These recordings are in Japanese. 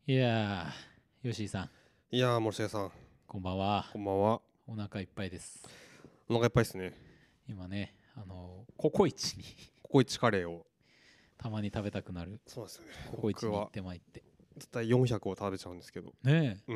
いやー、吉井さん、 いやー、森重さん、 こんばんは。 こんばんは。 お腹いっぱいです。 お腹いっぱいですね。 今ね、ココイチにココイチカレーを。 たまに食べたくなるそうですよね。 ココイチに行っ僕はてまいって。 絶対400を食べちゃうんですけど。 ねえ、 うん。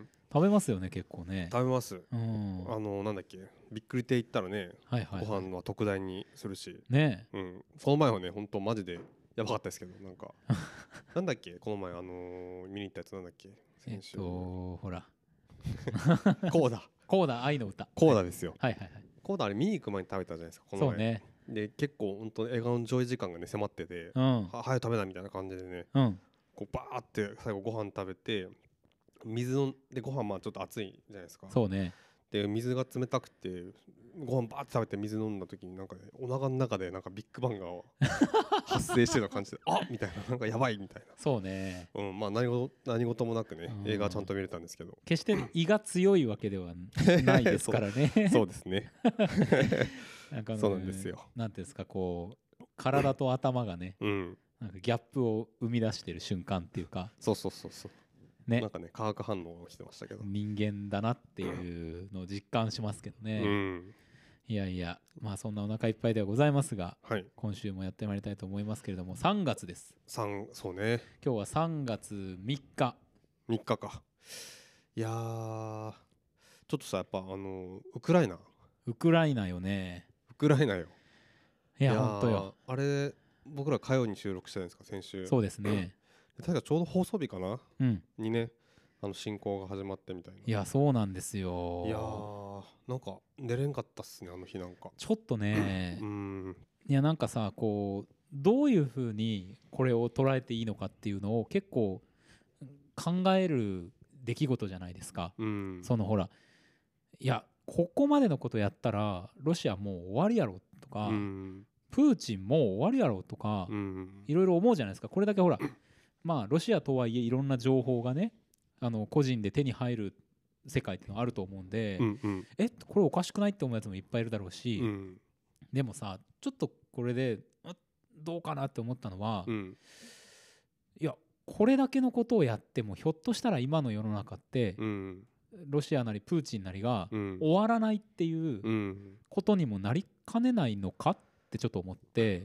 食べますよね、結構ね。 食べます。 うん。 なんだっけ。びっくり亭行ったらね、ごはいはいはい。 飯は特大にするし。 ねうん。その前はね、ほんとマジでやばかったですけど、なんか。なんだっけ、この前、見に行ったやつなんだっけ。 え。 先週。 ほら。 コーダ。 コーダ愛の歌。 コーダですよ。 はいはいはいはい。 コーダあれ見に行く前に食べたじゃないですか、この前。 そうね。 で、結構ほんと映画の上映時間がね、迫ってて、 うん。 早く食べなみたいな感じでね。 うん。 こうバーって最後ご飯食べて水飲んで、ご飯まあちょっと熱いじゃないですか。 そうね。 で水が冷たくてご飯バーって食べて水飲んだ時になんかね、お腹の中でなんかビッグバンが発生してるような感じであみたいな、なんかやばいみたいそうね。 な、まあ何事もなくね、 うん映画はちゃんと見れたんですけど。 決して胃が強いわけではないですからね。 そうですね。 なんかそうなんですよ。 なんていうんですか、こう、体と頭がね、 うん。 なんかギャップを生み出してる瞬間っていうか、 そうそうそうそう。なね、 んかね、化学反応が起きてましたけど。 人間だなっていうのを実感しますけどうね。 ん。 いやいや、まあそんなお腹いっぱいではございますが、 はい。 今週もやってまいりたいと思いますけれども、3月です。 そうね。 今日は3月3日。 3日か。いやー、ちょっとさ、やっぱウクライナ、 ウクライナよね。 ウクライナよ。 いや、 いやほんとよ。 あれ、僕ら火曜に収録してるんですか、先週。 そうですね。 確かちょうど放送日かなうん。 にね、侵攻が始まってみたいな。 いや、そうなんですいやよ。 ー、なんか寝れんかったっすね、あの日なんか。 ちょっとね、 うーん、 いやなんかさ、こうどういうふうにこれを捉えていいのかっていうのを結構考える出来事じゃないですか。 うん、 そのほら、いやここまでのことやったらロシアもう終わりやろとうか、 ん、 プーチンもう終わりやろとか、 うん、 いろいろ思うじゃないですか。これだけほら、まあロシアとはいえいろんな情報がね、個人で手に入る世界っていうのがあると思うんで、 うん、うん、 これおかしくないって思うやつもいっぱいいるだろうし、 うん、 でもさ、ちょっとこれでどうかなって思ったのは、 うん、 いやこれだけのことをやってもひょっとしたら今の世の中ってうん、 ロシアなりプーチンなりがうん、 終わらないっていううん、 ことにもなりかねないのかってちょっと思って、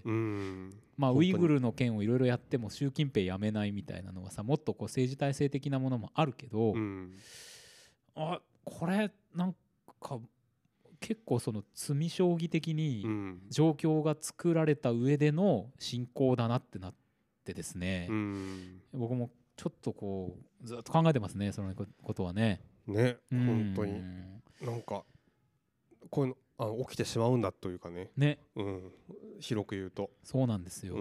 うん、 まあウイ本当に。 グルの件をいろいろやっても習近平やめないみたいなのはさ、もっとこう政治体制的なものもあるけど、 うん、 これなんか結構その詰将棋的うにん、 状況が作られた上での進行だなってなってですうね、 ん、 僕もちょっとこうずっと考えてますね、そのことはね。 ね、 う本当に。 ん。 なんかこういうの起きてしまうんだというかね、 ね、 広く言うと。 そうなんですよ。 うん、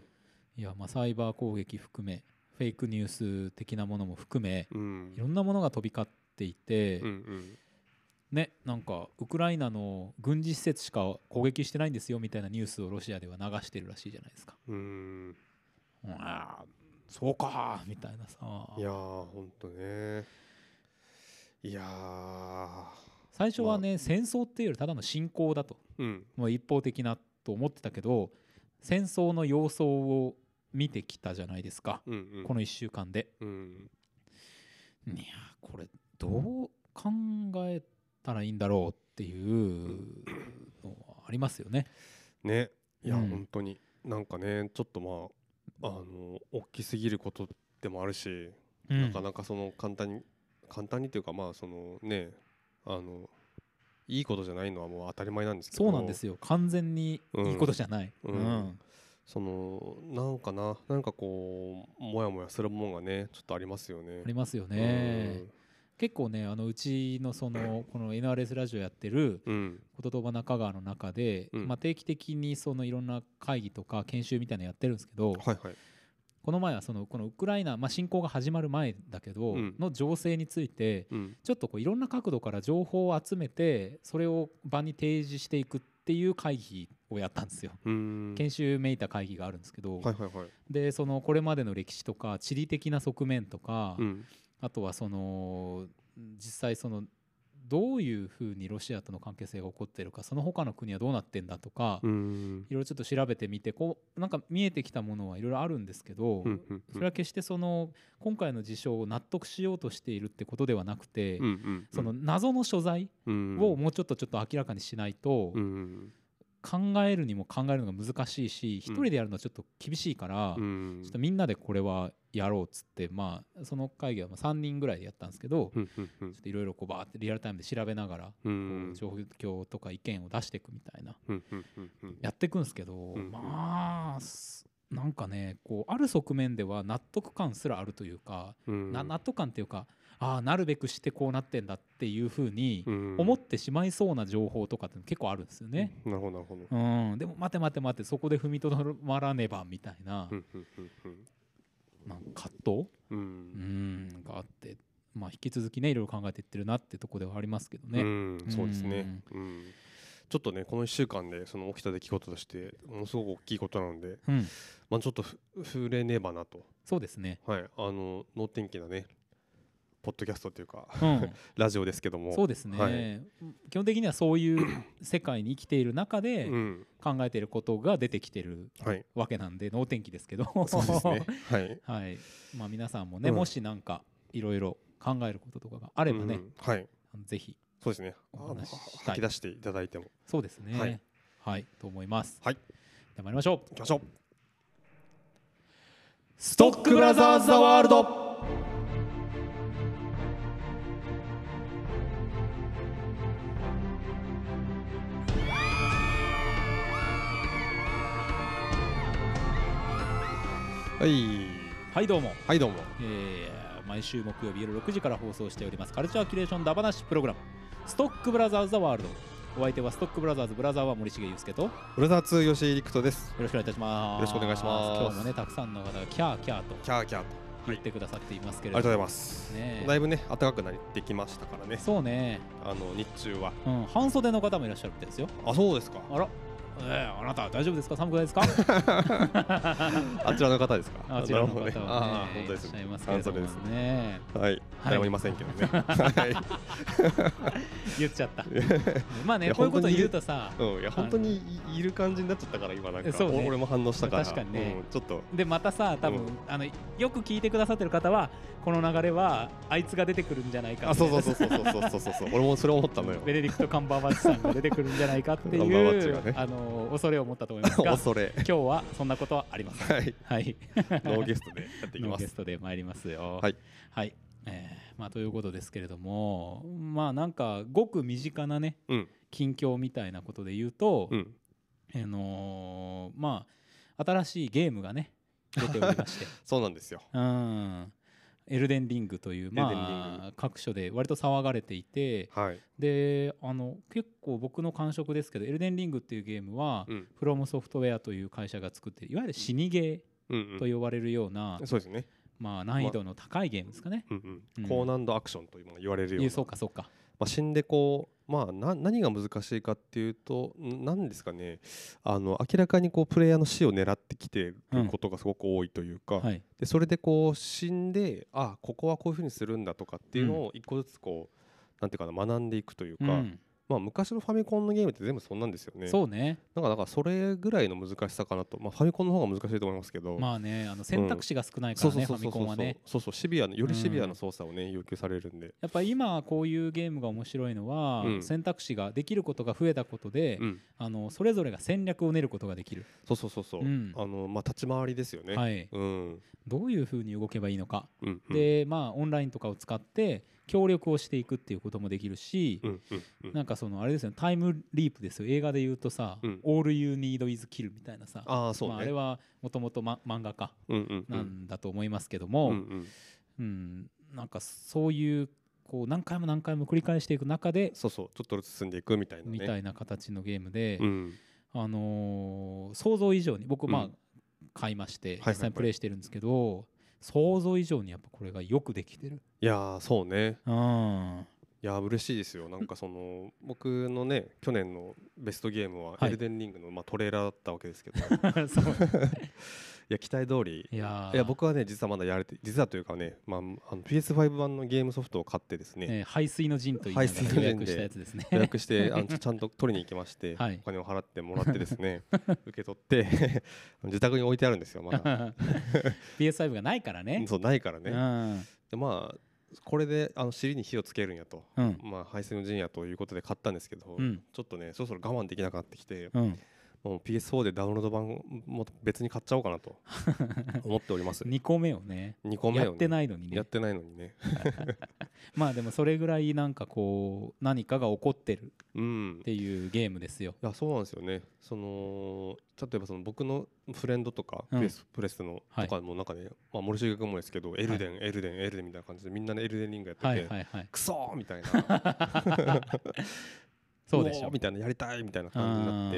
いや、まあサイバー攻撃含めフェイクニュース的なものも含めうん、 いろんなものが飛び交っていて、 うん、 ね、なんかウクライナの軍事施設しか攻撃してないんですよみたいなニュースをロシアでは流してるらしいじゃないですか。 うん、 そうかみたいなさ。 いやー、ほんとね。いやー、 最初はまあ、 ね、戦争っていうよりただの侵攻だと、 うん、 もう一方的なと思ってたけど、戦争の様相を見てきたじゃないですか、 うん、 この1週間で。 うん、 いやこれどう考えたらいいんだろうっていうのはありますよね。 ね、いや、 うん本当に、なんかね、ちょっとまあ、大きすぎることでもあるし、 うんなかなかその簡単にというか、まあ、そのね、いいことじゃないのはもう当たり前なんですけど、 そうなんですよ、完全にいいことじゃない。 うん、なんかこうモヤモヤするもんがね、ちょっとありますよね。 ありますようね。 ん、 結構ね、うちのこの NRS ラジオやってるうん、 言葉中川の中で、 うん、 まあ、定期的にいろんな会議とか研修みたいなのやってるんですけど、 はいはい、 この前はこのウクライナ、まあ、侵攻が始まる前だけど、 うん、 の情勢についてうん、 ちょっとこういろんな角度から情報を集めてそれを場に提示していくっていう会議をやったんですよ。 うん、 研修めいた会議があるんですけど、 はいはいはい、 でこれまでの歴史とか地理的な側面とか、 うん、 あとは実際どういうふうにロシアとの関係性が起こっているか、その他の国はどうなってんだとか、いろいろちょっと調べてみて、こうなんか見えてきたものはいろいろあるんですけど、それは決してその今回の事象を納得しようとしているってことではなくて、その謎の所在をもうちょっと明らかにしないと、考えるにも考えるのが難しいし、一人でやるのはちょっと厳しいから、ちょっとみんなでこれはやろうっつって、まあその会議は3人ぐらいでやったんですけど、ちょっといろいろこうバーってリアルタイムで調べながら、こう状況とか意見を出していくみたいな、やっていくんですけど、まあなんかね、こうある側面では納得感すらあるというか、納得感っていうか、ああなるべくしてこうなってんだっていうふうに思ってしまいそうな情報とかって結構あるんですよね。 なるほどなるほど。 でも待てそこで踏みとどまらねばみたいな、なんか葛藤があって、まあ引き続きねいろいろ考えていってるなってとこではありますけどね。 そうですね。ちょっとねこの1週間でその起きた出来事としてものすごく大きいことなので、まあちょっと触れねばなと。 そうですね。 はい、能天気なねポッドキャストというか、ラジオですけども、 そうですね、基本的にはそういう世界に生きている中で考えていることが出てきてるわけなんで、能天気ですけど、 そうですね、 はい、まあ皆さんもね、もしなんかいろいろ考えることとかがあればね、ぜひそうですね、吐き出していただいても。 そうですね、はいと思います。 はい、 では参りましょう。 行きましょう。 ストックブラザーズ・ザ・ワールド。はいどうも、毎週木曜日夜6時から放送しておりますカルチャーキュレーションダバなしプログラム、ストックブラザーズ・ザ・ワールド。お相手はストックブラザーズブラザーは森重裕介とブラザー2吉井陸斗です。 よろしくお願いいたします。 よろしくお願いします。 今日もねたくさんの方がキャーキャーと言ってくださっていますけれども、 ありがとうございます。だいぶね暖かくなってきましたからね。 そうね、 日中は半袖の方もいらっしゃるみたいですよ。 あ、そうですか。 あら、あなた大丈夫ですか、寒くないですかあちらの方ですか。 あちらの方はね、 本当ですね、 半袖ですね。 はい、誰もいませんけどね。 言っちゃったまあね、こういうこと言うとさ、 いや本当にいる感じになっちゃったから今なんか俺も反応したから、 確かにね、 ちょっとでまたさ、多分よく聞いてくださってる方はこの流れはあいつが出てくるんじゃないか、 そう俺もそれ思ったのよ。 ベネディクト・カンバーバッチさんが出てくるんじゃないかっていう恐れを持ったと思いますが、今日はそんなことはありません。はい、 ノーゲストでやっていきます。 ノーゲストで参りますよ。 はい、 まあということですけれども、まあなんかごく身近なね、近況みたいなことで言うと、まあ新しいゲームがね出ておりましてそうなんですよ。 エルデンリングという、まあ各所で割と騒がれていて、で結構僕の感触ですけど、エルデンリングっていうゲームは、フロムソフトウェアという会社が作っているいわゆる死にゲーと呼ばれるような、 そうですね、 まあ難易度の高いゲームですかね。 高難度アクションというもの言われるような。 そうかそうか。 死んでこう、まあ何が難しいかっていうと、何ですかね、明らかにこうプレイヤーの死を狙ってきてることがすごく多いというか、でそれでこう死んで、ここはこういうふうにするんだとかっていうのを一個ずつこうなんていうかな、学んでいくというか、まあ昔のファミコンのゲームって全部そんなんですよね。 そうね。 だからそれぐらいの難しさかなと。まあファミコンの方が難しいと思いますけど。 まあね、選択肢が少ないからね、ファミコンはね。 そうシビアな、よりシビアな操作をね要求されるんで。 やっぱり今こういうゲームが面白いのは、選択肢ができることが増えたことで、それぞれが戦略を練ることができる。 まあ立ち回りですよね。 どういうふうに動けばいいのか。でまあオンラインとかを使って協力をしていくっていうこともできるし、なんかあれですよね、タイムリープですよ。映画で言うとさ、All You Need Is Kill みたいなさ、あれはもともと漫画家なんだと思いますけども、なんかそういうこう何回も繰り返していく中で、 ちょっとずつ進んでいくみたいなみたいな形のゲームで、想像以上に僕買いまして実際にプレイしてるんですけど、想像以上にやっぱこれがよくできてる。 いやそうね、いや嬉しいですよ。なんか僕のね去年のベストゲームはエルデンリングのトレーラーだったわけですけどいや期待通り。いや僕はね実はまだやれて、実はというかね、PS5 版のゲームソフトを買ってですね、 排水の陣という予約したやつですね。 予約してちゃんと取りに行きまして、はい、お金を払ってもらってですね受け取って自宅に置いてあるんですよまだ PS5 がないからね。 そうないからね、でまあこれで尻に火をつけるんやと、排水の陣やということで買ったんですけど、ちょっとねそろそろ我慢できなくなってきて、もう PS4 でダウンロード版も別に買っちゃおうかなと思っております 2個目をね、やってないのにね、 やってないのにねまあでもそれぐらいなんかこう何かが起こってるっていうゲームですよ。 いやそうなんですよね。例えば僕のフレンドとかプレスのとかもなんかね、森重君もですけどエルデンみたいな感じでみんなねエルデンリングやってて、クソーみたいなそうでしょみたいな、やりたいみたいな感じになって、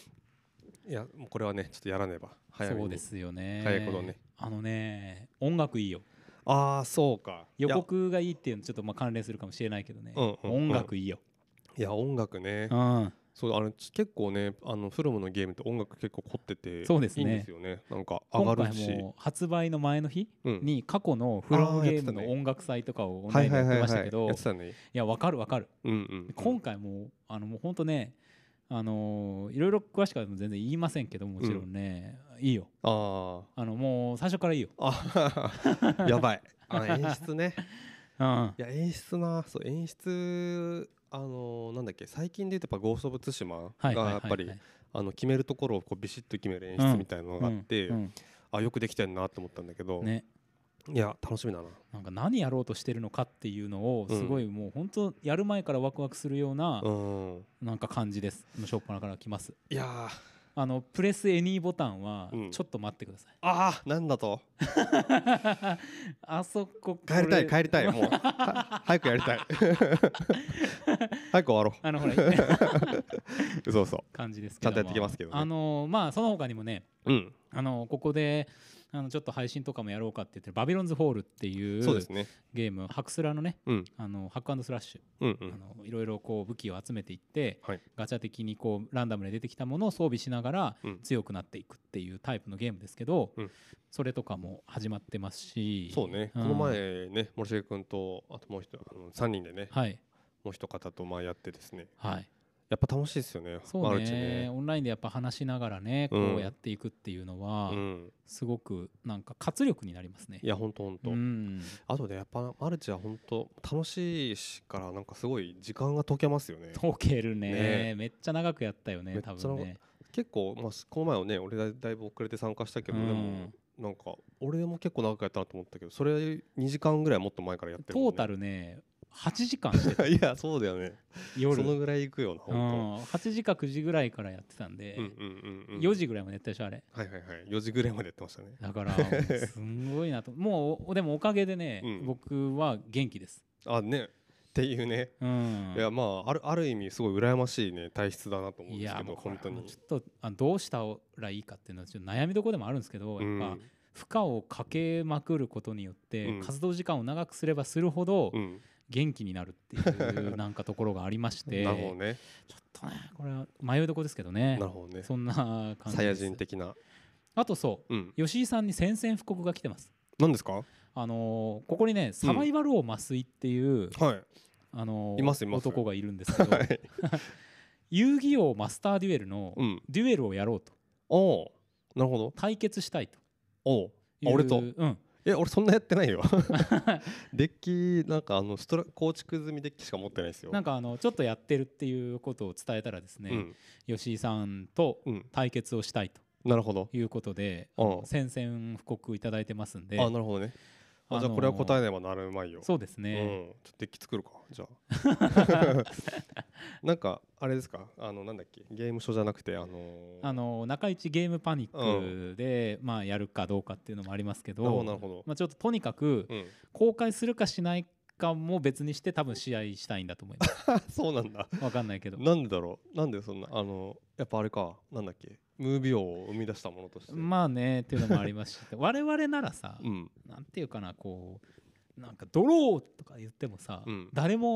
いやもうこれはねちょっとやらねば早めに。 そうですよね。 早いことね。音楽いいよ。 ああそうか。 予告がいいっていうのちょっと関連するかもしれないけどね、音楽いいよ。 いや音楽ね、そう結構ねフロムのゲームって音楽結構凝ってていいんですよね。なんか上がるし、 今回も発売の前の日に過去のフロムゲームの音楽祭とかをオンラインでやってましたけど、いや分かる分かる。今回ももうほんとねいろいろ詳しくは全然言いませんけど、もちろんね、いいよ。もう最初からいいよ。 やばい演出ねいや演出そう演出なんだっけ、最近で言うとやっぱゴースト・オブ・ツシマがやっぱり決めるところをビシッと決める演出みたいなのがあって、よくできてるなと思ったんだけど、いや楽しみだな。 なんか何やろうとしてるのかっていうのをすごいもう本当やる前からワクワクするようななんか感じです。しょっぱなからきます。 いやプレスエニーボタンはちょっと待ってください。 なんだとあそこ帰りたいもう早くやりたい早く終わろう。 ほらそう感じですけど、 ちゃんとやってきますけどね。 その他にもね、ここでちょっと配信とかもやろうかって言ってるバビロンズホールっていうゲーム、ハクスラのね、ハック&スラッシュ、いろいろこう武器を集めていって、ガチャ的にこうランダムで出てきたものを装備しながら強くなっていくっていうタイプのゲームですけど、それとかも始まってますし。 そうね、この前ね森重君とあともう一人3人でね、もう一方とやってですね、やっぱ楽しいですよね。 そうね、オンラインでやっぱ話しながらねこうやっていくっていうのはすごくなんか活力になりますね。 いやほんとあとでやっぱマルチはほんと楽しいしからなんかすごい時間が解けますよね。 解けるね。めっちゃ長くやったよね多分ね。 結構この前はね俺だいぶ遅れて参加したけど、でもなんか俺も結構長くやったなと思ったけど、それ2時間ぐらいもっと前からやってるもんね。 トータルね8時間してたいやそうだよね。夜そのぐらい行くよな本当。8時か9時ぐらいからやってたんで、4時ぐらいまでやったでしょあれ。 4時ぐらいまでやってましたね。 だからすごいなと。もうでもおかげでね、僕は元気です。 ねっていうね、いやある意味すごい羨ましいね体質だなと思うんですけど、本当にちょっとどうしたらいいかっていうのはちょっと悩みどころでもあるんですけど、やっぱ負荷をかけまくることによって活動時間を長くすればするほど元気になるっていうなんかところがありましてなるほどね。 ちょっとねこれは迷いどころですけどね。 なるほどね。 そんな感じです。 サイヤ人的な。 あと吉井さんに宣戦布告が来てます。 何ですか？ ここにねサバイバル王増井っていういます男がいるんですけど遊戯王マスターデュエルのデュエルをやろうと。 なるほど。 対決したいと。 俺と。俺そんなやってないよデッキなんか構築済みデッキしか持ってないですよ。 なんかちょっとやってるっていうことを伝えたらですね、吉井さんと対決をしたいということで宣戦布告いただいてますんで。 なるほどね。じゃあこれは答えねばなるまいよ。 そうですね。 ちょっとデッキ作るかじゃあなんかあれですか、なんだっけ、ゲーム書じゃなくて中市ゲームパニックでやるかどうかっていうのもありますけど、ちょっととにかく公開するかしないかも別にして多分試合したいんだと思いますそうなんだ。 わかんないけどなんでだろう。なんでそんなやっぱあれか、なんだっけ、ムービーを生み出したものとしてねっていうのもありますし我々ならさ、なんていうかな、こうなんかドローとか言ってもさ、誰も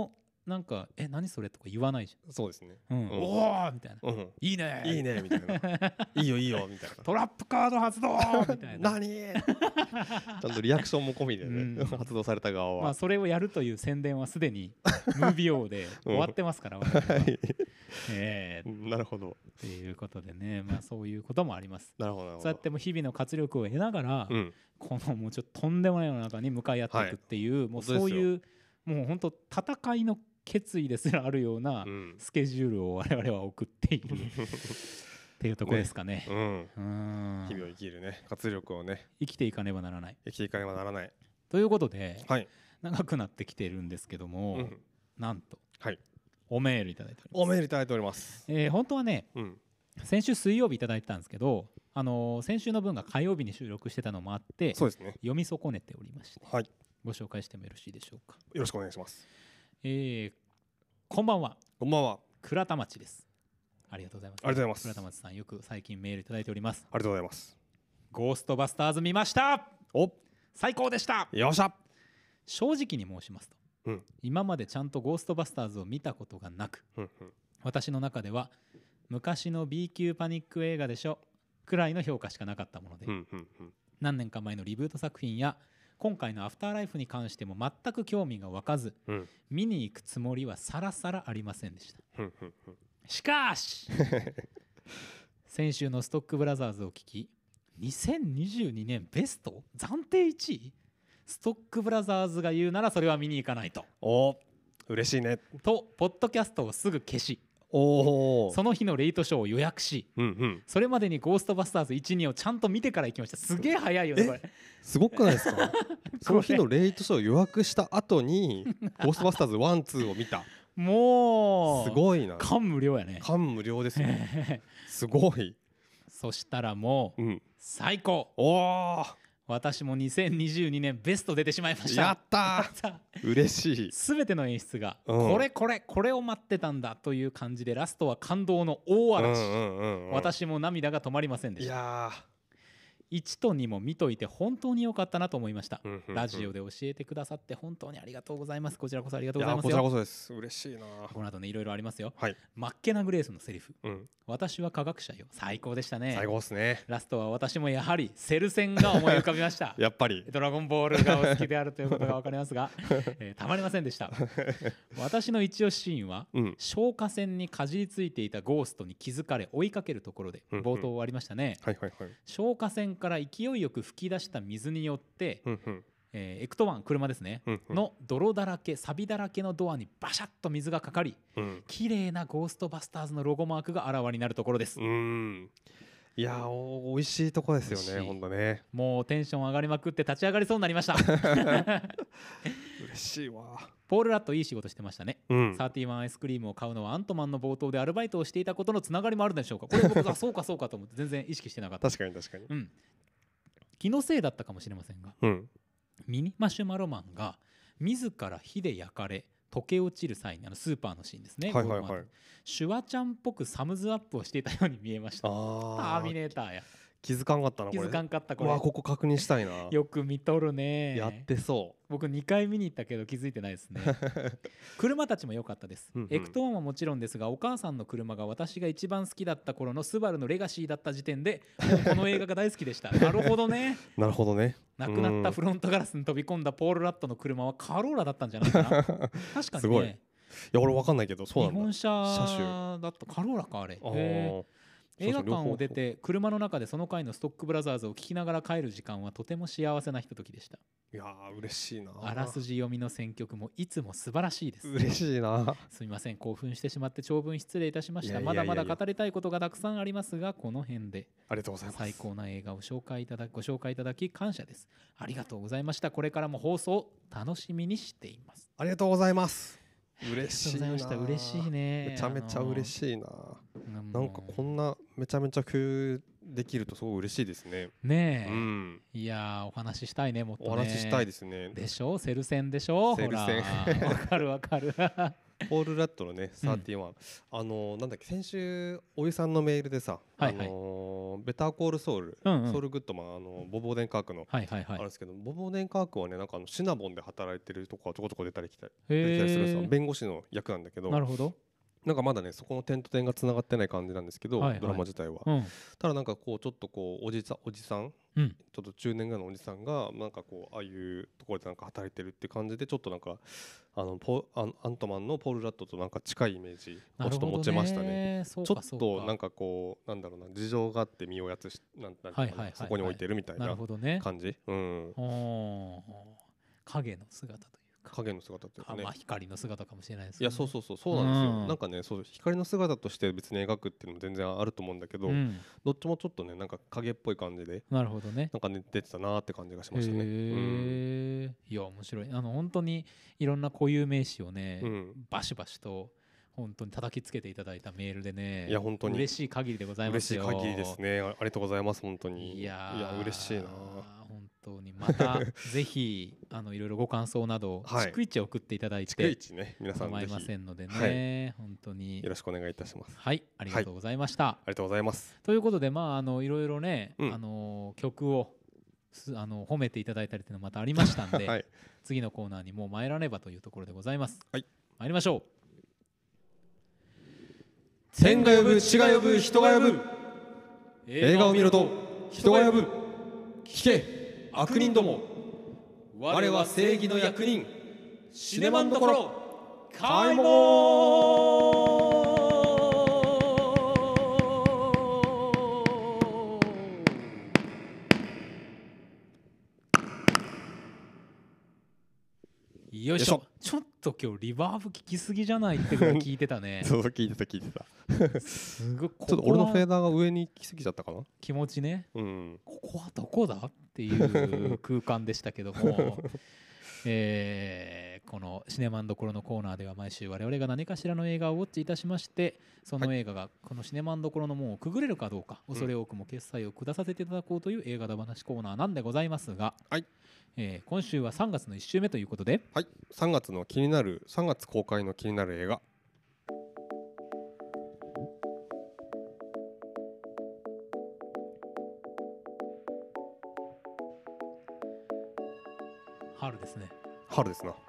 なんか何それとか言わないじゃん。 そうですね。 おおみたいな、いいねいいねみたいな、いいよいいよみたいな、 トラップカード発動みたいな何ちゃんとリアクションも込みでね、発動された側は、 それをやるという宣伝はすでにムービー王で終わってますから、なるほど。 ということでね、そういうこともあります。 なるほど。 そうやっても日々の活力を得ながら、このもうちょっととんでもない世の中に向かい合っていくっていう、もうそういうもう本当戦いの決意ですらあるようなスケジュールを我々は送っているっていうところですかね。 日々を生きるね、活力をね、 生きていかねばならない。 生きていかねばならない。 ということで、長くなってきているんですけども、なんと、おメールいただいております。 おメールいただいております。 本当はね、先週水曜日いただいたんですけど、先週の分が火曜日に収録してたのもあって、 そうですね、 読み損ねておりまして、ご紹介してもよろしいでしょうか。 よろしくお願いします。 こんばんは。 こんばんは。 倉田町です。ありがとうございます。 ありがとうございます。 倉田町さん、よく最近メールいただいております。 ありがとうございます。 ゴーストバスターズ見ました。最高でした。 よっしゃ。 正直に申しますと、今までちゃんとゴーストバスターズを見たことがなく、私の中では昔の B 級パニック映画でしょくらいの評価しかなかったもので、何年か前のリブート作品や今回のアフターライフに関しても全く興味が湧かず、見に行くつもりはさらさらありませんでした。しかし先週のストックブラザーズを聞き、2022年ベスト暫定1位、ストックブラザーズが言うならそれは見に行かないと。 嬉しいねとポッドキャストをすぐ消し、その日のレイトショーを予約し、それまでにゴーストバスターズ1、2をちゃんと見てから行きました。すげえ早いよねこれ。 すごくないですかその日のレイトショーを予約した後にゴーストバスターズ1、2を見た。 もうすごいな。 感無量やね。 感無量ですねすごい。 そしたらもう、最高。私も2022年ベスト出てしまいました。 やったー嬉しい。 全ての演出が、これを待ってたんだという感じで、ラストは感動の大嵐。私も涙が止まりませんでした。1と2も見といて本当に良かったなと思いました。ラジオで教えてくださって本当にありがとうございます。こちらこそありがとうございますよ。 こちらこそです。嬉しいな。 この後ね、いろいろありますよ。マッケナ・グレースのセリフ、私は科学者よ。最高でしたね。 最高ですね。 ラストは私もやはりセル戦が思い浮かびましたやっぱりドラゴンボールがお好きであるということが分かりますが、たまりませんでした私の一押しシーンは、消火栓にかじりついていたゴーストに気づかれ追いかけるところで、冒頭ありましたね。消火栓から勢いよく吹き出した水によって、エクトワン、車ですね、の泥だらけサビだらけのドアにバシャッと水がかかり、綺麗なゴーストバスターズのロゴマークがあらわになるところです。 いやー、美味しいとこですよね。ほんとね、 もうテンション上がりまくって立ち上がりそうになりました嬉しいわ。 ポール・ラットいい仕事してましたね。31アイスクリームを買うのはアントマンの冒頭でアルバイトをしていたことのつながりもあるでしょうか。これ僕そうかと思って全然意識してなかった。 確かに、 気のせいだったかもしれませんが、ミニマシュマロマンが自ら火で焼かれ溶け落ちる際に、スーパーのシーンですね、シュワちゃんっぽくサムズアップをしていたように見えました。ターミネーターや。 気づかんかったな。 気づかんかった。これここ確認したいな。 よく見とるね。 やってそう。 僕2回見に行ったけど気づいてないですね車たちも良かったです。エクトワンはもちろんですが、お母さんの車が私が一番好きだった頃のスバルのレガシーだった時点でもうこの映画が大好きでしたなるほどね。 なるほどね。 なくなったフロントガラスに飛び込んだポール・ラットの車はカローラだったんじゃないかな確かにね。 すごい。いや俺分かんないけど、そうなんだ。 日本車だったカローラかあれ。映画館を出て車の中でその回のストックブラザーズを聞きながら帰る時間はとても幸せなひとときでした。 いやー嬉しいな。 あらすじ読みの選曲もいつも素晴らしいです。 嬉しいな。 すみません、興奮してしまって長文失礼いたしました。まだまだ語りたいことがたくさんありますが、この辺で。 ありがとうございます。 最高な映画をご紹介いただき感謝です。ありがとうございました。これからも放送楽しみにしています。 ありがとうございます。嬉しいな。 嬉しいね。 めちゃめちゃ嬉しいな。なんかこんなめちゃめちゃ共有できるとすごい嬉しいですね。 ねえ、いやお話ししたいね。もっとねお話ししたいですね。 でしょ、セル戦でしょ。 セル戦わかるポール・ラットのね31、なんだっけ、先週お湯さんのメールでさ、ベターコールソウル、ソウルグッドマン、ボブ・オデンカークのあるんですけど、ボブ・オデンカークはねなんかシナボンで働いてるとこはちょこちょこ出たり来たりするんですよ。弁護士の役なんだけど、 なるほど。 なんかまだねそこの点と点がつながってない感じなんですけど、ドラマ自体は、ただなんかこうちょっとこうおじさん、ちょっと中年ぐらいのおじさんがなんかこうああいうところでなんか働いてるって感じで、ちょっとなんかアントマンのポール・ラットとなんか近いイメージをちょっと持ちましたね。ちょっとなんかこうなんだろうな、事情があって身をやつしなんそこに置いてるみたいな感じ。 影の姿と影の姿というかね、 光の姿かもしれないですね。 いやそうなんですよ。なんかね、そう光の姿として別に描くっていうのも全然あると思うんだけど、どっちもちょっとねなんか影っぽい感じで、 なるほどね、 なんかね出てたなって感じがしましたね。 いや面白い。本当にいろんな固有名詞をね、バシバシと本当に叩きつけていただいたメールでね、 いや本当に嬉しい限りでございますよ。 嬉しい限りですね。ありがとうございます。本当にいや嬉しいな。 本当にまたぜひいろいろご感想など逐一送っていただいて、 逐一ね皆さん構いませんのでね、本当によろしくお願いいたします。 はい、ありがとうございました。 ありがとうございます。 ということでいろいろね曲を褒めていただいたりというのまたありましたんで、次のコーナーにもう参らねばというところでございます。参りましょう。 天が呼ぶ、地が呼ぶ、人が呼ぶ。映画を見ろと人が呼ぶ。聞け悪人ども、我は正義の役人。シネマンどころ開門。 よいしょ。ちょっと今日リバーブ聞きすぎじゃないってぐらい聞いてたね。 そう聞いてた。すごい。ちょっと俺のフェーダーが上に行き過ぎちゃったかな。 気持ちね。ここはどこだっていう空間でしたけども。このシネマンどころのコーナーでは毎週我々が何かしらの映画をウォッチいたしまして、その映画がこのシネマンどころの門をくぐれるかどうか恐れ多くも決裁を下させていただこうという映画だ話コーナーなんでございますが、今週は3月の1週目ということで、 3月公開の気になる映画、 春ですね。 春ですな。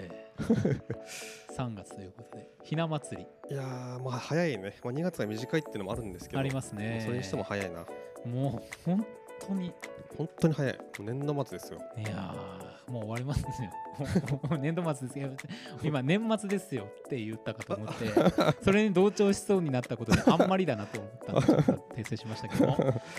3月ということでひな祭り。 いやまあ早いね。2月は短いっていうのもあるんですけど、 ありますね。 それにしても早いな。 もう本当に早い。年度末ですよ。 いやもう終わりますよ。年度末ですよ。今年末ですよって言ったかと思ってそれに同調しそうになったことであんまりだなと思ったのでちょっと訂正しましたけど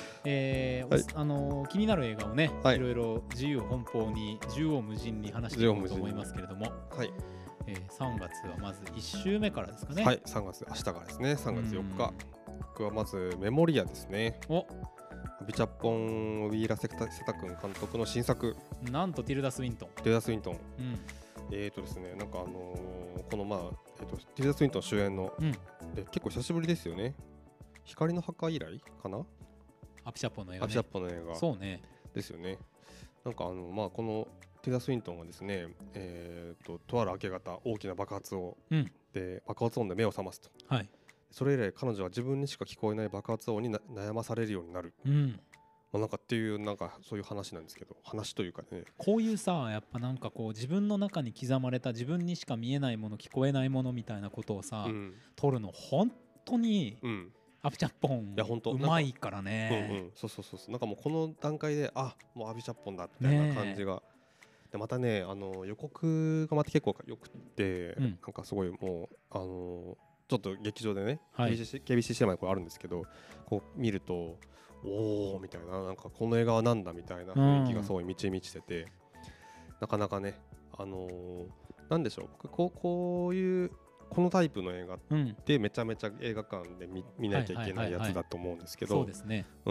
も、気になる映画をね、いろいろ自由奔放に縦横無尽に話していこうと思いますけれども、3月はまず1週目からですかね。 3月明日からですね。3月4日、僕はまずメモリアですね。ビチャッポン・ウィーラ・セタ君監督の新作、 なんとティルダ・スウィントン。 ですね、なんかこのティルダ・スウィントン主演の、結構久しぶりですよね。光の墓以来かな。 アピチャッポンの映画、 アピチャッポンの映画そうねですよね。なんかこのティルダ・スウィントンがですね、とある明け方大きな爆発を、で爆発音で目を覚ますと、それ以来彼女は自分にしか聞こえない爆発音に悩まされるようになる、なんかっていうなんかそういう話なんですけど、話というかね、 こういうさやっぱなんかこう自分の中に刻まれた自分にしか見えないもの聞こえないものみたいなことをさ、撮るの本当に、アピチャッポンうまいからね。 そうなんかもうこの段階でもうアピチャッポンだみたいな感じが、でまたね予告がまた結構よくって、なんかすごいもうちょっと劇場でね、KBC シネマでこれあるんですけど、こう見るとおーみたいな、なんかこの映画はなんだみたいな雰囲気がすごい満ち満ちてて、なかなかねなんでしょう、こういうこのタイプの映画ってめちゃめちゃ映画館で見なきゃいけないやつだと思うんですけど、 そうですね。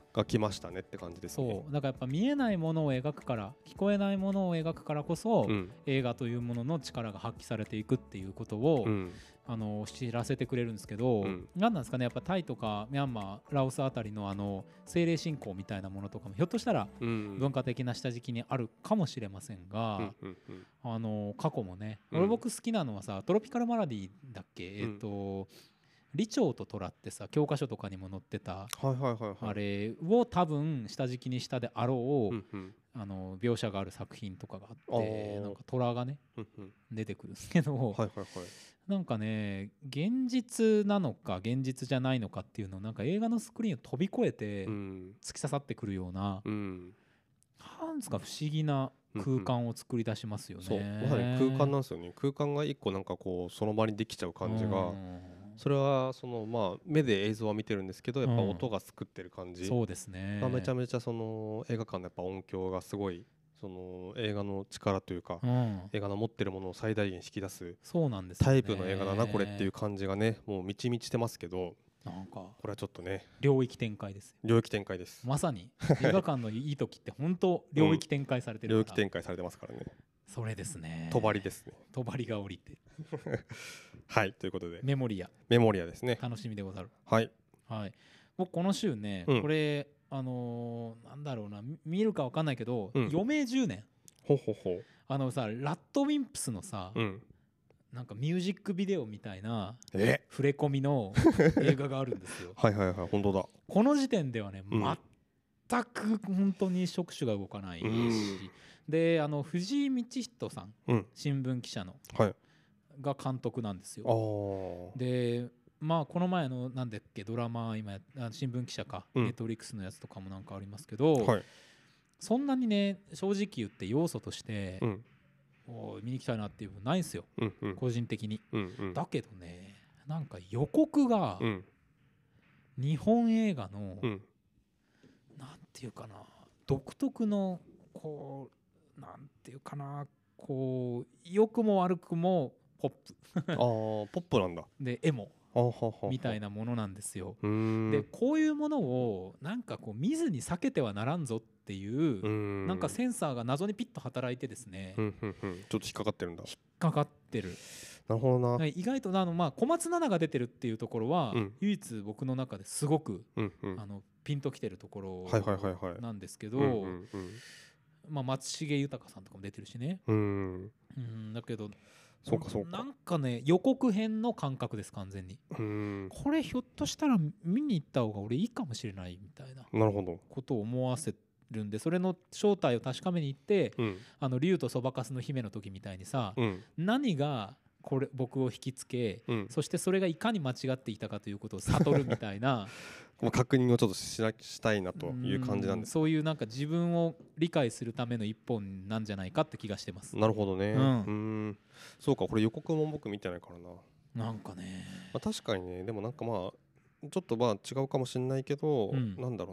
が来ましたねって感じですね。 そうだからやっぱ見えないものを描くから聞こえないものを描くからこそ、映画というものの力が発揮されていくっていうことを、知らせてくれるんですけど、何なんですかね、やっぱタイとかミャンマーラオスあたりの精霊信仰みたいなものとかもひょっとしたら文化的な下敷きにあるかもしれませんが、過去もね、僕好きなのはさ、トロピカルマラディだっけ、李朝と虎ってさ教科書とかにも載ってたあれを多分下敷きにしたであろう描写がある作品とかがあって、なんか虎がね出てくるんですけど、なんかね現実なのか現実じゃないのかっていうのをなんか映画のスクリーンを飛び越えて突き刺さってくるような、なんですか不思議な空間を作り出しますよね。 そうまさに空間なんですよね。空間が一個なんかこうその場にできちゃう感じが、それはそのまあ目で映像は見てるんですけど、やっぱ音が作ってる感じ、 そうですね、 めちゃめちゃその映画館のやっぱ音響がすごい、その映画の力というか、映画の持ってるものを最大限引き出すタイプの映画だなこれっていう感じがね、もう満ち満ちてますけど、なんかこれはちょっとね領域展開です。 領域展開です。 まさに映画館のいい時って本当領域展開されてるから、 領域展開されてますからね。 それですね。 帳ですね。 帳が降りてはいということでメモリアですね。 楽しみでござる。 はい、 僕この週ね、これなんだろうな、見るか分かんないけど、余命10年さラッドウィンプスのさ、なんかミュージックビデオみたいな触れ込みの映画があるんですよ。 本当だ。 この時点ではね、全く本当に触手が動かないし、で藤井道人さん、新聞記者の、が監督なんですよ。でまあこの前のなんだっけドラマ、今新聞記者か、ネットフリックスのやつとかもなんかありますけど、そんなにね正直言って要素として、見に行きたいなっていうのないんですよ、個人的に。だけどね、なんか予告が日本映画の、なんていうかな、独特のこうなんていうかな、こう良くも悪くもポップポップなんだ。 でエモみたいなものなんですよ。でこういうものをなんかこう見ずに避けてはならんぞっていうなんかセンサーが謎にピッと働いてですね、 ちょっと引っかかってるんだ。 引っかかってる。 なるほどな。 意外と小松菜奈が出てるっていうところは、唯一僕の中ですごくピンときてるところなんですけど、松重豊さんとかも出てるしね。だけどなんかね予告編の感覚です、完全に。これひょっとしたら見に行った方が俺いいかもしれないみたいなことを思わせるんで、それの正体を確かめに行って、竜とそばかすの姫の時みたいにさ、何がこれ僕を引きつけ、そしてそれがいかに間違っていたかということを悟るみたいな確認をちょっとしたいなという感じなんです。 そういうなんか自分を理解するための一本なんじゃないかって気がしてます。 なるほどね。そうか、これ予告も僕見てないからな。 なんかね、 確かにね。でもなんかちょっと違うかもしれないけど、なんだろう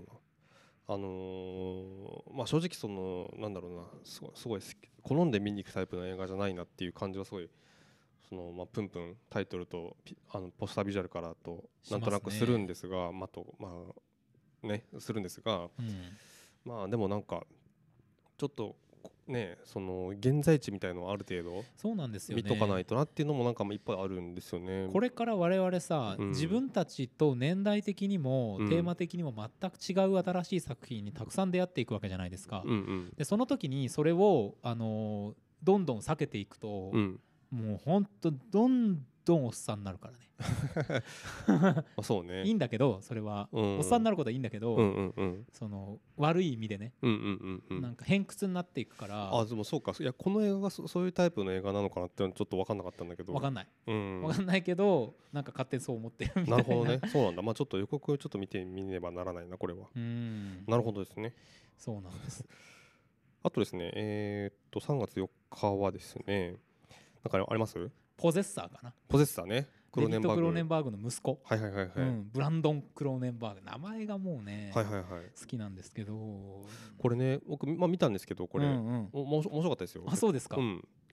な、正直そのなんだろうな、すごい好んで見に行くタイプの映画じゃないなっていう感じはすごい、そのプンプンタイトルとポスタービジュアルからとなんとなくするんですが、するんですが、でもなんかちょっとね、その現在地みたいのはある程度そうなんですよね、 見とかないとなっていうのもなんかいっぱいあるんですよね。 これから我々さ、自分たちと年代的にもテーマ的にも全く違う新しい作品にたくさん出会っていくわけじゃないですか。でその時にそれをどんどん避けていくと、もうほんとどんどんおっさんになるからねそうね、 いいんだけど、それは、おっさんになることはいいんだけど、その悪い意味でね、なんか偏屈になっていくから。 でもそうか、いやこの映画がそういうタイプの映画なのかなってちょっと分かんなかったんだけど。 分かんない、分かんないけど、なんか勝手にそう思ってるみたいな。 なるほどね、そうなんだ。ちょっと予告ちょっと見てみねばならないな、これは。なるほどですね。 そうなんです。 あとですね、3月4日はですね、なんかあります？ ポゼッサーかな。 ポゼッサーね。 デビッド・クローネンバーグの息子、 ブランドン・クローネンバーグ、名前がもうね、好きなんですけど、 これね僕見たんですけど、これ面白かったですよ。 そうですか。 い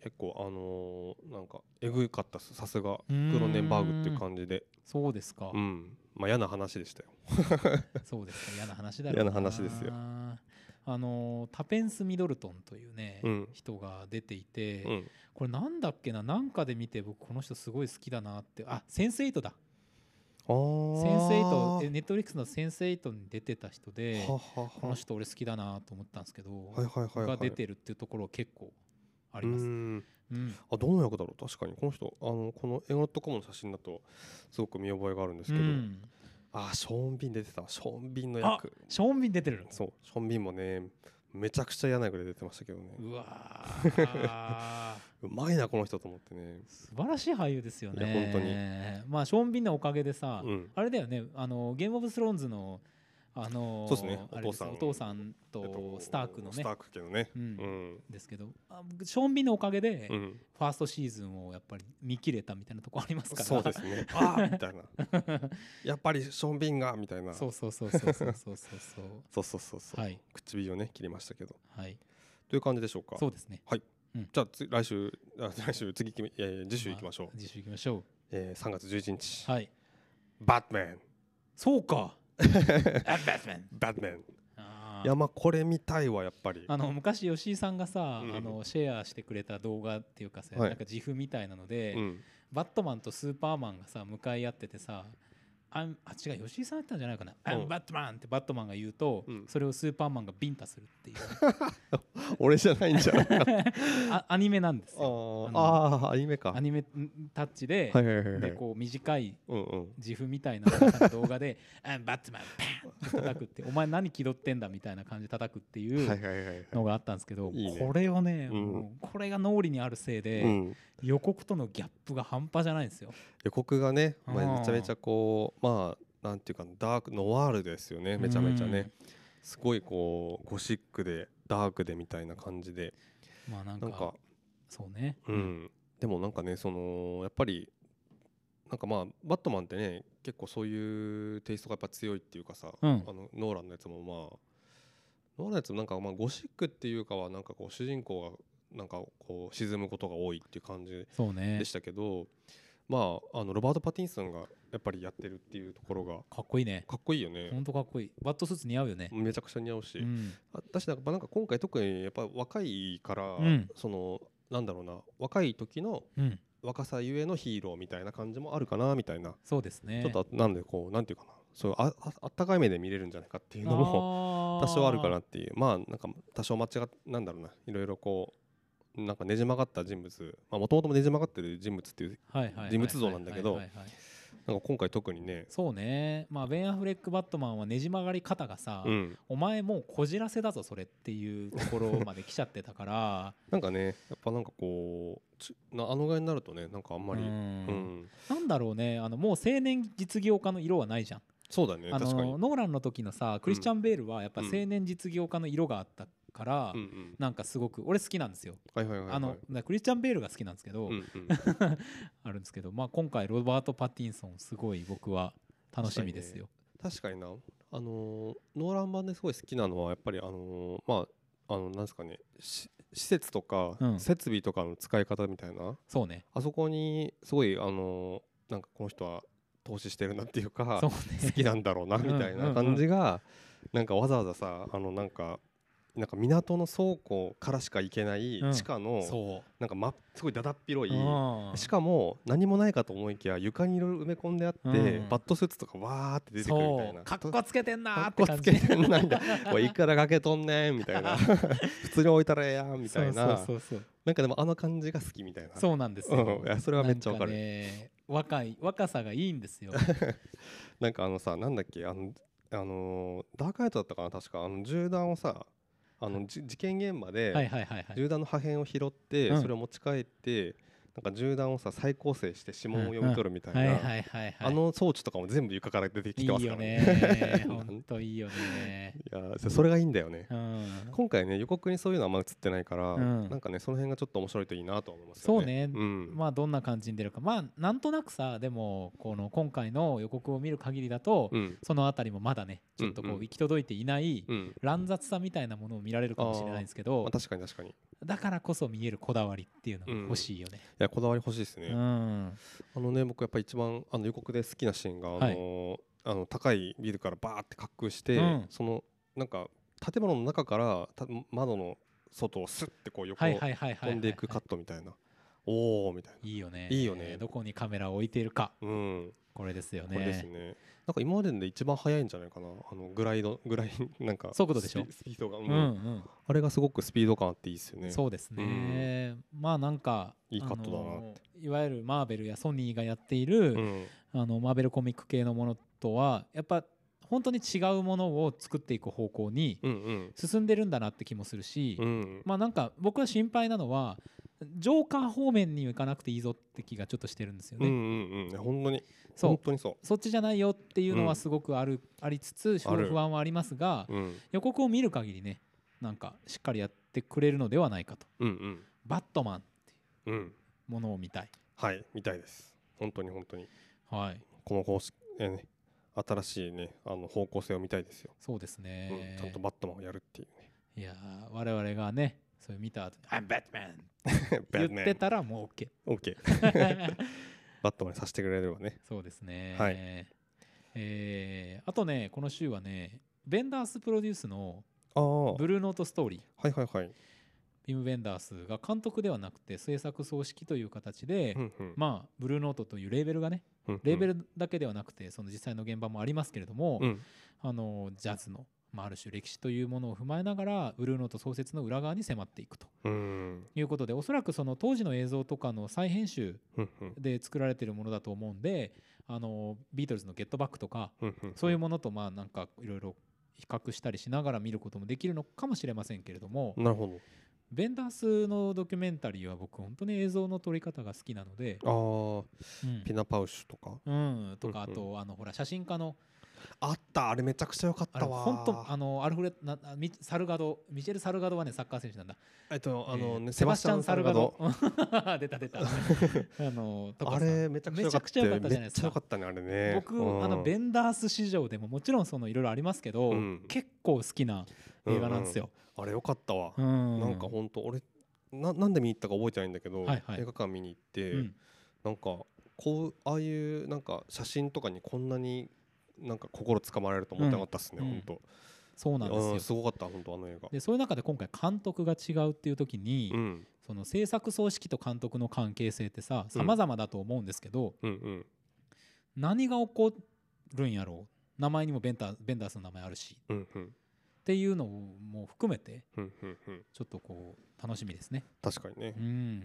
結構なんかえぐかったさすがクロネンバーグっていう感じで。 そうですか。 まあ嫌な話でしたよそうですか、嫌な話だろうな。 嫌な話ですよ。 タペンス・ミドルトンというね、人が出ていて、これなんだっけな、なんかで見て僕この人すごい好きだなって。センス8だ。センス8、ネットフリックスのセンス8に出てた人で、この人俺好きだなと思ったんですけど、が出てるっていうところ結構あります。 どの役だろう。確かにこの人この映画.comの写真だとすごく見覚えがあるんですけど、ショーン・ビン出てた。ショーン・ビンの役。 ショーン・ビン出てる。 そう、ショーン・ビンもねめちゃくちゃ嫌な役で出てましたけどね。 うわうまいなこの人と思ってね。 素晴らしい俳優ですよね。 いや本当に。 まあショーン・ビンのおかげでさ、あれだよね、ゲームオブスローンズのそうですね、 お父さんとスタークのね、 スターク家のね、 ですけど、ショーン・ビンのおかげでファーストシーズンをやっぱり見切れたみたいなとこありますから。 そうですね。みたいな。やっぱりショーン・ビンがみたいな。 そう。 はい。唇をね切りましたけど。 はい。 という感じでしょうか。 そうですね。 はい。じゃあ次週行きましょう。 次週行きましょう。3月11日。 はい。 バットマン。 そうか。バットマン。いやまあこれ見たいわやっぱり。 昔吉井さんがさ、シェアしてくれた動画っていうかさ、なんか自負みたいなので、バットマンとスーパーマンがさ向かい合っててさ、違う、吉井さんやったんじゃないかな。I'm Batman ってバットマンが言うと、それをスーパーマンがビンタするっていう。 俺じゃないんじゃないアニメなんですよ。 アニメか。 アニメタッチで、でこう短い自負みたいな動画でI'm Batman バンって叩くって、お前何気取ってんだみたいな感じで叩くっていうのがあったんですけど、これをね、これが脳裏にあるせいで予告とのギャップが半端じゃないんですよ。 予告がね、めちゃめちゃこうまあなんていうかダークノワールですよね。めちゃめちゃね、すごいこうゴシックでダークでみたいな感じで、 まあなんかそうね、 でもなんかねやっぱりなんかまあバットマンってね結構そういうテイストがやっぱ強いっていうかさ、ノーランのやつもノーランのやつもなんかまあゴシックっていうかはなんかこう主人公がなんかこう沈むことが多いっていう感じでしたけど、まあロバート・パティンソンがやっぱりやってるっていうところがかっこいいね。 かっこいいよね。 ほんとかっこいい。バットスーツ似合うよね。 めちゃくちゃ似合うし、私なんか今回特にやっぱ若いから、なんだろうな、若い時の若さゆえのヒーローみたいな感じもあるかなみたいな。 そうですね。 ちょっとなんでこうなんていうかな、そうあったかい目で見れるんじゃないかっていうのも多少あるかなっていう。まあなんか多少間違っなんだろうな、いろいろこうなんかねじ曲がった人物、もともとねじ曲がってる人物っていう人物像なんだけど、なんか今回特にね。 そうね、まあベン・アフレック・バットマンはねじ曲がり方がさ、お前もうこじらせだぞそれっていうところまで来ちゃってたからなんかねやっぱなんかこうぐらいになるとねなんかあんまりなんだろうね、もう青年実業家の色はないじゃん。 そうだね、確かに。 ノーランの時のさクリスチャン・ベールはやっぱ青年実業家の色があったから、なんかすごく俺好きなんですよ。クリスチャン・ベールが好きなんですけどあるんですけど、まあ今回ロバート・パティンソンすごい僕は楽しみですよ。 確かにな、ノーラン版ですごい好きなのはやっぱりまあなんですかね、施設とか設備とかの使い方みたいな、 そうね、 あそこにすごいなんかこの人は投資してるなっていうか、 好きなんだろうなみたいな感じが、なんかわざわざさなんか港の倉庫からしか行けない地下のなんかすごいだだっ広い、しかも何もないかと思いきや床にいろいろ埋め込んであって、バットスーツとかわーって出てくるみたいな、 かっこつけてんなーって感じ、 いくらかけとんねんみたいな普通に置いたらええやんみたいな、なんかでも感じが好きみたいな。 そうなんですよ。 それはめっちゃわかる。 若さがいいんですよ。 なんかなんだっけダークナイトだったかな、確か銃弾をさ事件現場で銃弾の破片を拾ってそれを持ち帰って、 なんか銃弾をさ再構成して指紋を読み取るみたいなあの装置とかも全部床から出てきてますからね。 本当いいよね。 いやそれがいいんだよね。今回ね予告にそういうのはあんま映ってないから、なんかねその辺がちょっと面白いといいなと思いますよね。 そうね、まあどんな感じに出るか、まあなんとなくさ、でもこの今回の予告を見る限りだと、そのあたりもまだねちょっとこう行き届いていない乱雑さみたいなものを見られるかもしれないんですけど、 確かに確かにだからこそ見えるこだわりっていうのが欲しいよね。 いやこだわり欲しいですね。僕やっぱり一番予告で好きなシーンが高いビルからバーって滑空して、そのなんか建物の中から窓の外をスッてこう横を飛んでいくカットみたいな、おおみたいな、いいよね、いいよね。 どこにカメラを置いているか、これですよね。 これですね。なんか今までで一番速いんじゃないかな、グライなんか速度でしょ、 スピードが、あれがすごくスピード感あっていいですよね。 そうですね、まあなんかいいカットだなって、 いわゆるマーベルやソニーがやっている、マーベルコミック系のものとはやっぱ本当に違うものを作っていく方向に進んでるんだなって気もするし、まあなんか僕は心配なのはジョーカー方面に行かなくていいぞって気がちょっとしてるんですよね。 本当にそっちじゃないよっていうのはすごくありつつ不安はありますが、予告を見る限りねなんかしっかりやってくれるのではないかと。バットマンっていうものを見たい。 はい見たいです。本当に本当に、この公式ね新しいね方向性を見たいですよ。 そうですね、 ちゃんとバットマンをやるっていうね。 いや我々がねそれ見た後に「I'm Batman」言ってたらもう OK バットマンにさせてくれればね。 そうですね。あとねこの週はねベンダースプロデュースのブルーノートストーリー、ビム・ベンダースが監督ではなくて制作総指揮という形で、まあブルーノートというレーベルがね、レーベルだけではなくてその実際の現場もありますけれども、ジャズの、ある種歴史というものを踏まえながらブルーノート創設の裏側に迫っていくということで、おそらくその当時の映像とかの再編集で作られているものだと思うんで、ビートルズのゲットバックとかそういうものとなんかいろいろ比較したりしながら見ることもできるのかもしれませんけれども。 なるほど。 ベンダースのドキュメンタリーは僕本当に映像の撮り方が好きなので、 ピナパウシュとか、 とかあとほら写真家のあったあれめちゃくちゃ良かったわ。 本当アルフレサルガドミシェル・サルガドはねサッカー選手なんだ。 セバスチャン・サルガド出たあれめちゃくちゃ良かったじゃないですか。めっちゃ良かったねあれね。 僕ベンダース市場でももちろんそのいろいろありますけど、結構好きな映画なんですよ。 あれ良かったわ。なんか本当俺なんで見に行ったか覚えてないんだけど、映画館見に行って、なんかああいうなんか写真とかにこんなになんか心つかまれると思ってなかったっすね、本当。 そうなんですよ。 すごかった本当映画。 でそういう中で今回監督が違うっていう時に、その制作総指揮と監督の関係性ってさ様々だと思うんですけど、何が起こるんやろう、名前にもベンダースの名前あるし、っていうのも含めてちょっとこう楽しみですね。 確かにね。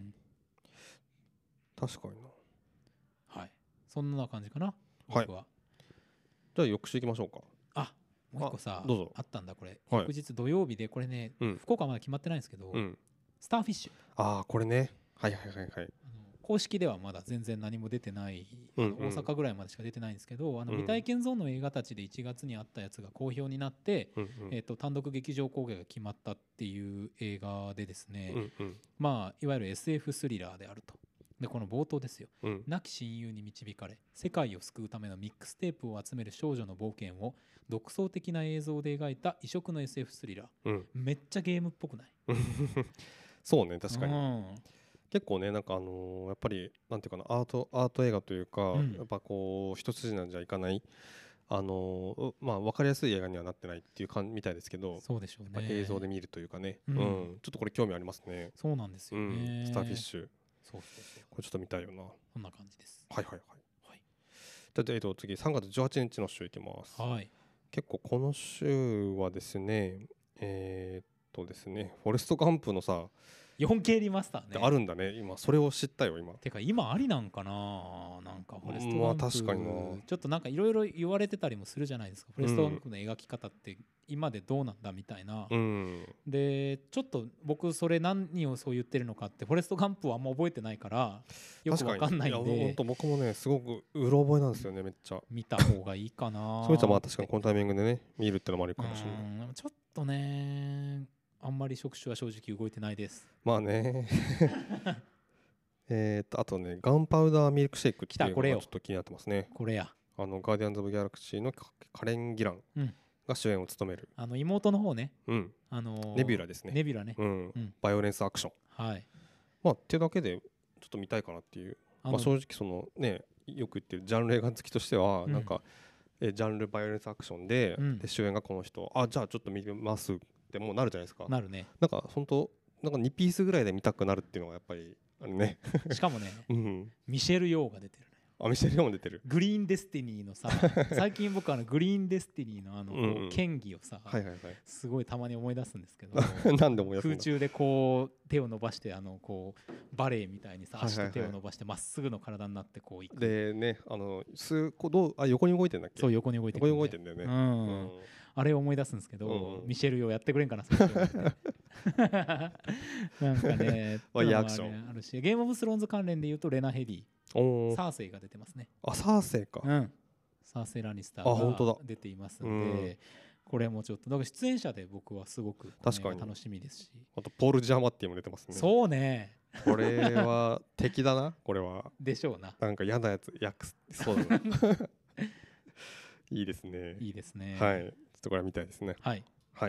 確かにな。 そんな感じかな。僕は。 じゃあ翌週行きましょうか。 もう一個さあったんだこれ。翌日土曜日でこれね、福岡はまだ決まってないんですけど、スターフィッシュ。 これね。 公式ではまだ全然何も出てない、大阪ぐらいまでしか出てないんですけど、未体験ゾーンの映画たちで1月にあったやつが好評になって、単独劇場公開が決まったっていう映画でですね、いわゆる SF スリラーであると。でこの冒頭ですよ、亡き親友に導かれ世界を救うためのミックステープを集める少女の冒険を独創的な映像で描いた異色の SF スリラー、めっちゃゲームっぽくない？ そうね確かに、結構ねなんかやっぱりなんていうかなアート映画というか、やっぱこう一筋なんじゃいかない分かりやすい映画にはなってないっていうみたいですけど、 そうでしょうね、 映像で見るというかね、ちょっとこれ興味ありますね。 そうなんですよね、 スターフィッシュ、 これちょっと見たいよな。 こんな感じです。 で次3月18日の週いきます。結構この週はですねですねフォレストガンプのさ 4K リマスターねあるんだね。今それを知ったよ今。 てか今ありなんかな、なんかフォレストガンプ、 確かにな。 ちょっとなんかいろいろ言われてたりもするじゃないですか、フォレストガンプの描き方って今でどうなんだみたいな、でちょっと僕それ何をそう言ってるのかってフォレストガンプはあんま覚えてないからよくわかんないんで、 本当僕もねすごくうろ覚えなんですよね、めっちゃ見た方がいいかな。 そういったらまあ確かにこのタイミングでね見るってのもあるかもしれない。 ちょっとねあんまり触手は正直動いてないです。 まあねあとねガンパウダーミルクシェイクっていうのがちょっと気になってますね。 これやガーディアンズ・オブ・ギャラクシーのカレン・ギランが主演を務める、 妹の方ね、 ネビュラですね。 ネビュラね、 バイオレンスアクション、 はい、 まあっていうだけでちょっと見たいかなっていう、まあ正直そのねよく言ってるジャンル映画好きとしてはなんかジャンルバイオレンスアクションで主演がこの人、じゃあちょっと見ますってもうなるじゃないですか。 なるね。 なんか本当なんか2ピースぐらいで見たくなるっていうのがやっぱりあるねしかもね、ミシェル・ヨーが出てるね。 ミシェル・ヨーも出てる。 グリーンデスティニーのさ最近僕グリーンデスティニーの剣技をさ、すごいたまに思い出すんですけどなんで思い出すんだ。 空中でこう手を伸ばしてこうバレエみたいにさ足と手を伸ばしてまっすぐの体になってこういくでね横に動いてんだっけ。 そう横に動いてるんだよね。 あれを思い出すんですけど、ミシェル・ヨーやってくれんかななんかねワイヤーアクションあるし、ゲームオブスローンズ関連で言うとレナ・ヘディ、サーセイが出てますね。 サーセイか。 サーセイ・ラニスターが出ていますので、これもちょっとだから出演者で僕はすごく楽しみですし、 あとポール・ジャマッティも出てますね。 そうね、 これは敵だな、これは。 でしょうな。 なんか嫌なやつそうだないいですね。 いいですね。 はい、ちょっとこれ見たいですね。 はい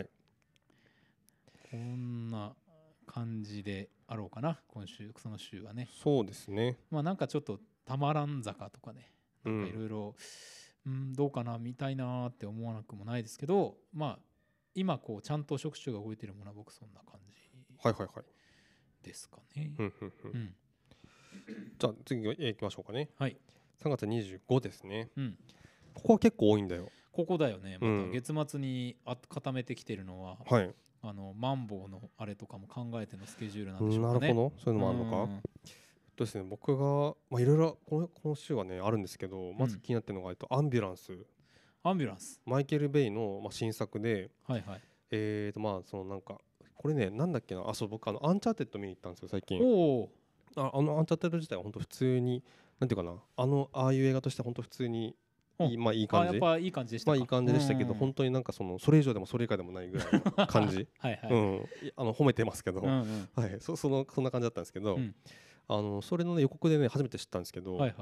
こんな感じであろうかな、今週その週はね。 そうですね。 まあなんかちょっとたまらん坂とかね、なんかいろいろどうかな見たいなって思わなくもないですけど、まあ今こうちゃんと触手が動いてるものは僕そんな感じですかね。 じゃあ次行きましょうかね。 はい。 3月25ですね。ここは結構多いんだよ。 ここだよね。また月末に固めてきてるのは、マンボウのあれとかも考えてのスケジュールなんでしょうかね。 なるほど、そういうのもあるのか。ですね、僕がいろいろこの週はねあるんですけど、まず気になってるのがアンビュランス。マイケル・ベイの新作で、まあそのなんかこれねなんだっけな、そう僕アンチャーテッド見に行ったんですよ最近。アンチャーテッド自体は本当普通になんていうかな、ああいう映画として本当普通にいい感じ。 やっぱいい感じでしたか。 いい感じでしたけど、本当になんかそれ以上でもそれ以下でもないぐらいの感じ。褒めてますけど、そんな感じだったんですけど、それの予告でね初めて知ったんですけど、ジ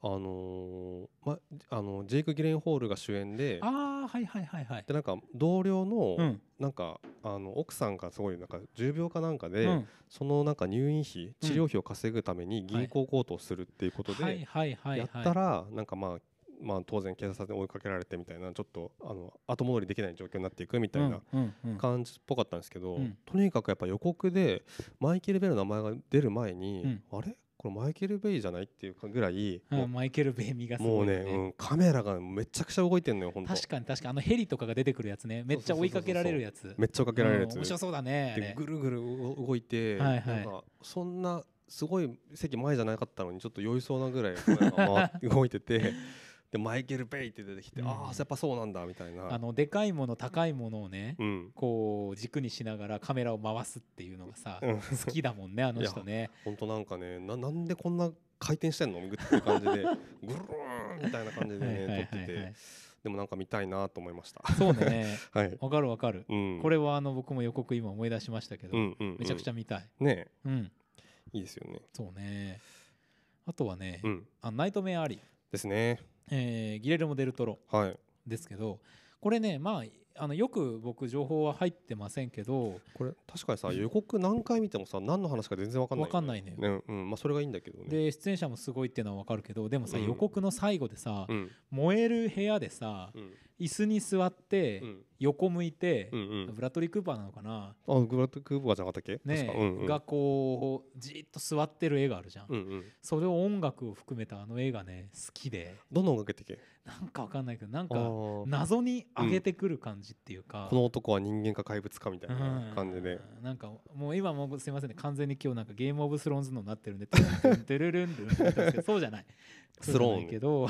ェイク・ギレンホールが主演で、でなんか同僚のなんか奥さんがすごいなんか重病かなんかで、そのなんか入院費治療費を稼ぐために銀行強盗するっていうことでやったらなんかまあ当然警察に追いかけられてみたいな、ちょっと後戻りできない状況になっていくみたいな感じっぽかったんですけど、とにかくやっぱ予告でマイケル・ベイの名前が出る前に、あれこれマイケル・ベイじゃないっていうぐらい、 マイケル・ベイ味がすごいもうね、カメラがめちゃくちゃ動いてんのよ本当。 確かにヘリとかがヘリとかが出てくるやつね、めっちゃ追いかけられるやつ、 めっちゃ追いかけられるやつ、 面白そうだね。 でぐるぐる動いて、なんかそんなすごい席前じゃなかったのにちょっと酔いそうなぐらい動いててでマイケル・ベイって出てきて、やっぱそうなんだみたいな、 でかいもの高いものをね、こう軸にしながらカメラを回すっていうのがさ、好きだもんねあの人ね。 本当なんかね、なんでこんな回転してんのっていう感じでぐるーんみたいな感じでね撮ってて、でもなんか見たいなと思いました。 そうね、わかる、これは僕も予告今思い出しましたけど、めちゃくちゃ見たいね。 いいですよね。 そうね。あとはね、ナイトメアアリーですね。 ギレルモ・デルトロですけど、これねよく僕情報は入ってませんけど、 これ確かにさ予告何回見てもさ何の話か全然分かんないね。まあそれがいいんだけどね。 で出演者もすごいっていうのは分かるけど、でもさ予告の最後でさ燃える部屋でさ椅子に座って横向いて、ブラッドリー・クーパーなのかな、 ブラッドリー・クーパーじゃなかったっけね、がこうじっと座ってる絵があるじゃん。それを音楽を含めた絵がね好きで。 どんな音楽やってけ？ なんか分かんないけど、なんか謎に上げてくる感じじっていうか、 この男は人間か怪物かみたいな感じで、 なんかもう今もすいませんね、完全に今日なんかゲームオブスローンズのになってるんでトゥルルンルンって言ったんですけど、そうじゃないスローンけど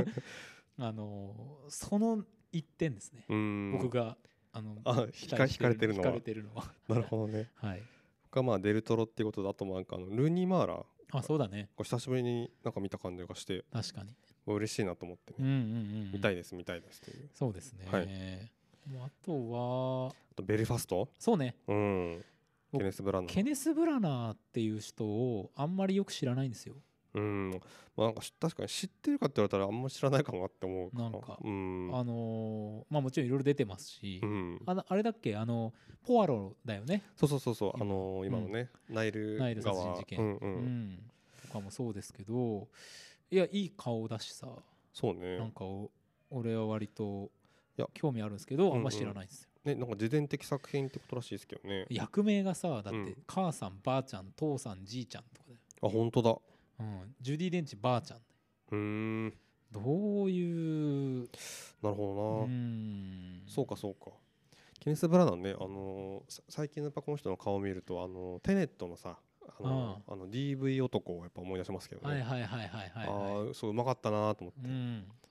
その一点ですね、僕が惹かれてるのはなるほどね。 はい、 他まあデルトロっていうことだと、なんかルーニー・マーラー、 そうだね、 久しぶりになんか見た感じがして、 確かに嬉しいなと思ってね、見たいですという。 そうですね、はい、あとはベルファスト、 そうね、 ケネス・ブラナーっていう人をあんまりよく知らないんですよ。 なんか確かに知ってるかって言われたらあんまり知らないかもなって思う。 なんかもちろんいろいろ出てますし、あれだっけ、ポアロだよね。 そう今のね、ナイル殺人事件とかもそうですけど、いや、いい顔だしさ、 そうね、 なんか俺は割と興味あるんですけど、あんま知らないんですよね。なんか自伝的作品ってことらしいですけどね。 役名がさ、だって母さん、ばあちゃん、父さん、じいちゃんとかで、 本当だ、 ジュディ・デンチばあちゃん、どういう、 なるほどな、そうかケネス・ブラナーね、最近のやっぱこの人の顔を見るとテネットのさ、DV 男をやっぱ思い出しますけどね。そう、うまかったなと思って、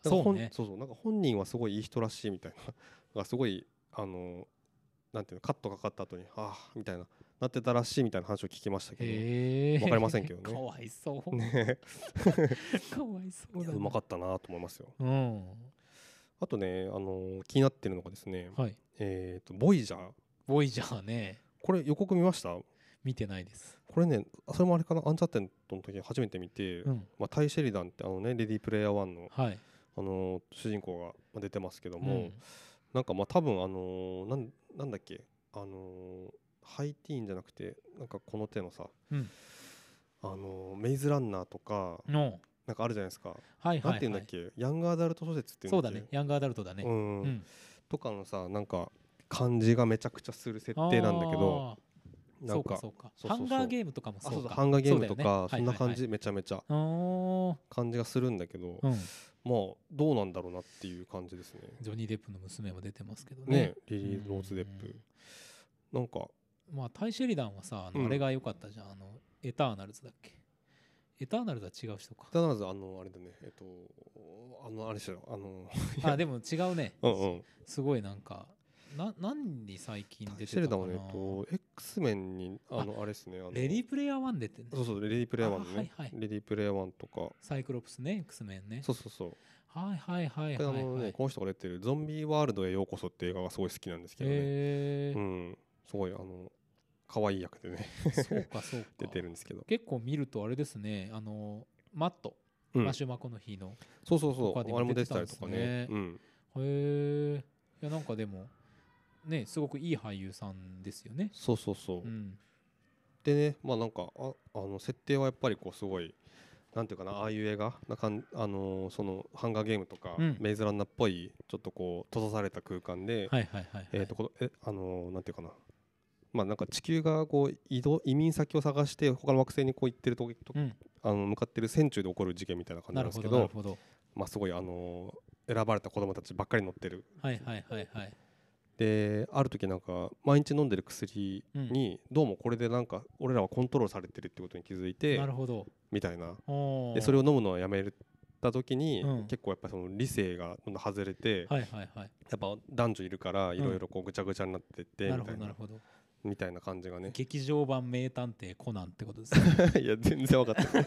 そうなんか本人はすごいいい人らしいみたいなすごいなんていうの、カットかかった後にみたいななってたらしいみたいな話を聞きましたけど、分かりませんけどね。 かわいそうねかわいそうだ、 うまかったなと思いますよ。あとね、気になってるのがですね、ボイジャーね、これ予告見ました？ 見てないです。 これね、それもあれかな、アンチャッテントの時初めて見て、タイ・シェリダンってレディープレイヤー1の、主人公が出てますけども、なんか多分なんだっけ、ハイティーンじゃなくて、なんかこの手のさ、メイズランナーとかなんかあるじゃないですか。なんていうんだっけ、ヤングアダルト小説っていうんだっけ。 そうだね、ヤングアダルトだね。 とかのさ、なんか感じがめちゃくちゃする設定なんだけど、 なんかハンガーゲームとかもそうか、 ハンガーゲームとかそんな感じ、めちゃめちゃ感じがするんだけど、どうなんだろうなっていう感じですね。 ジョニー・デップの娘も出てますけどね、 リリー・ローズ・デップ。なんかタイ・シェリダンはさ、あれが良かったじゃん、エターナルズだっけ。エターナルズは違う人か。 エターナルズあれだね、あれでしょ、 でも違うね。すごいなんか何に最近出てたかな。 シェルダンはX メンにあれですね、 レディープレイヤー1出てね。 そうレディープレイヤー1ね、レディープレイヤー1とかサイクロプスね、X メンね。 この人が出てるゾンビワールドへようこそって映画がすごい好きなんですけどね。すごい可愛い役でね出てるんですけど、 結構見るとあれですね、マット、マシュマコの日のあれも出てたりとかね。 いや、なんかでもね、すごくいい俳優さんですよね。でね、なんか設定はやっぱりすごいなんていうかな、ああいう映画そのハンガーゲームとかメイズランナーっぽいちょっと閉ざされた空間で、なんていうかな、なんか地球が移民先を探して他の惑星に行ってる時と向かってる戦中で起こる事件みたいな感じなんですけど、すごい選ばれた子供たちばっかり乗ってる。である時なんか毎日飲んでる薬にどうもこれでなんか俺らはコントロールされてるってことに気づいて、みたいな。でそれを飲むのはやめた時に結構やっぱその理性がどんどん外れて、やっぱ男女いるからいろいろぐちゃぐちゃになってってみたいな感じがね。 劇場版名探偵コナンってことですね。 いや全然分かって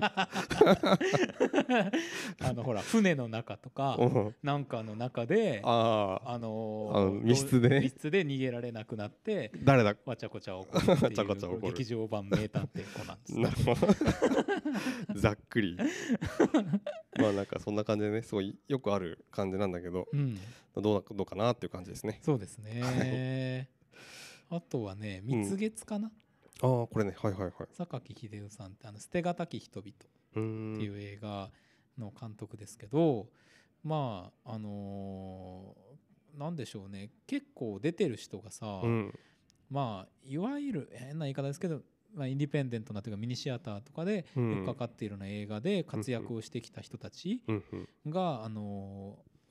ないほら船の中とかなんかの中で密室で逃げられなくなって誰だわちゃこちゃ起こるっていう劇場版名探偵コナンです。 なるほどざっくりなんかそんな感じでね、すごいよくある感じなんだけど、どうかなっていう感じですね。 そうですね。あとはね、蜜月かな、 これね、榊英雄さんって捨てがたき人々っていう映画の監督ですけど、なんでしょうね、結構出てる人がさ、いわゆる変な言い方ですけど、インディペンデントなというかミニシアターとかでよくかかっているような映画で活躍をしてきた人たちが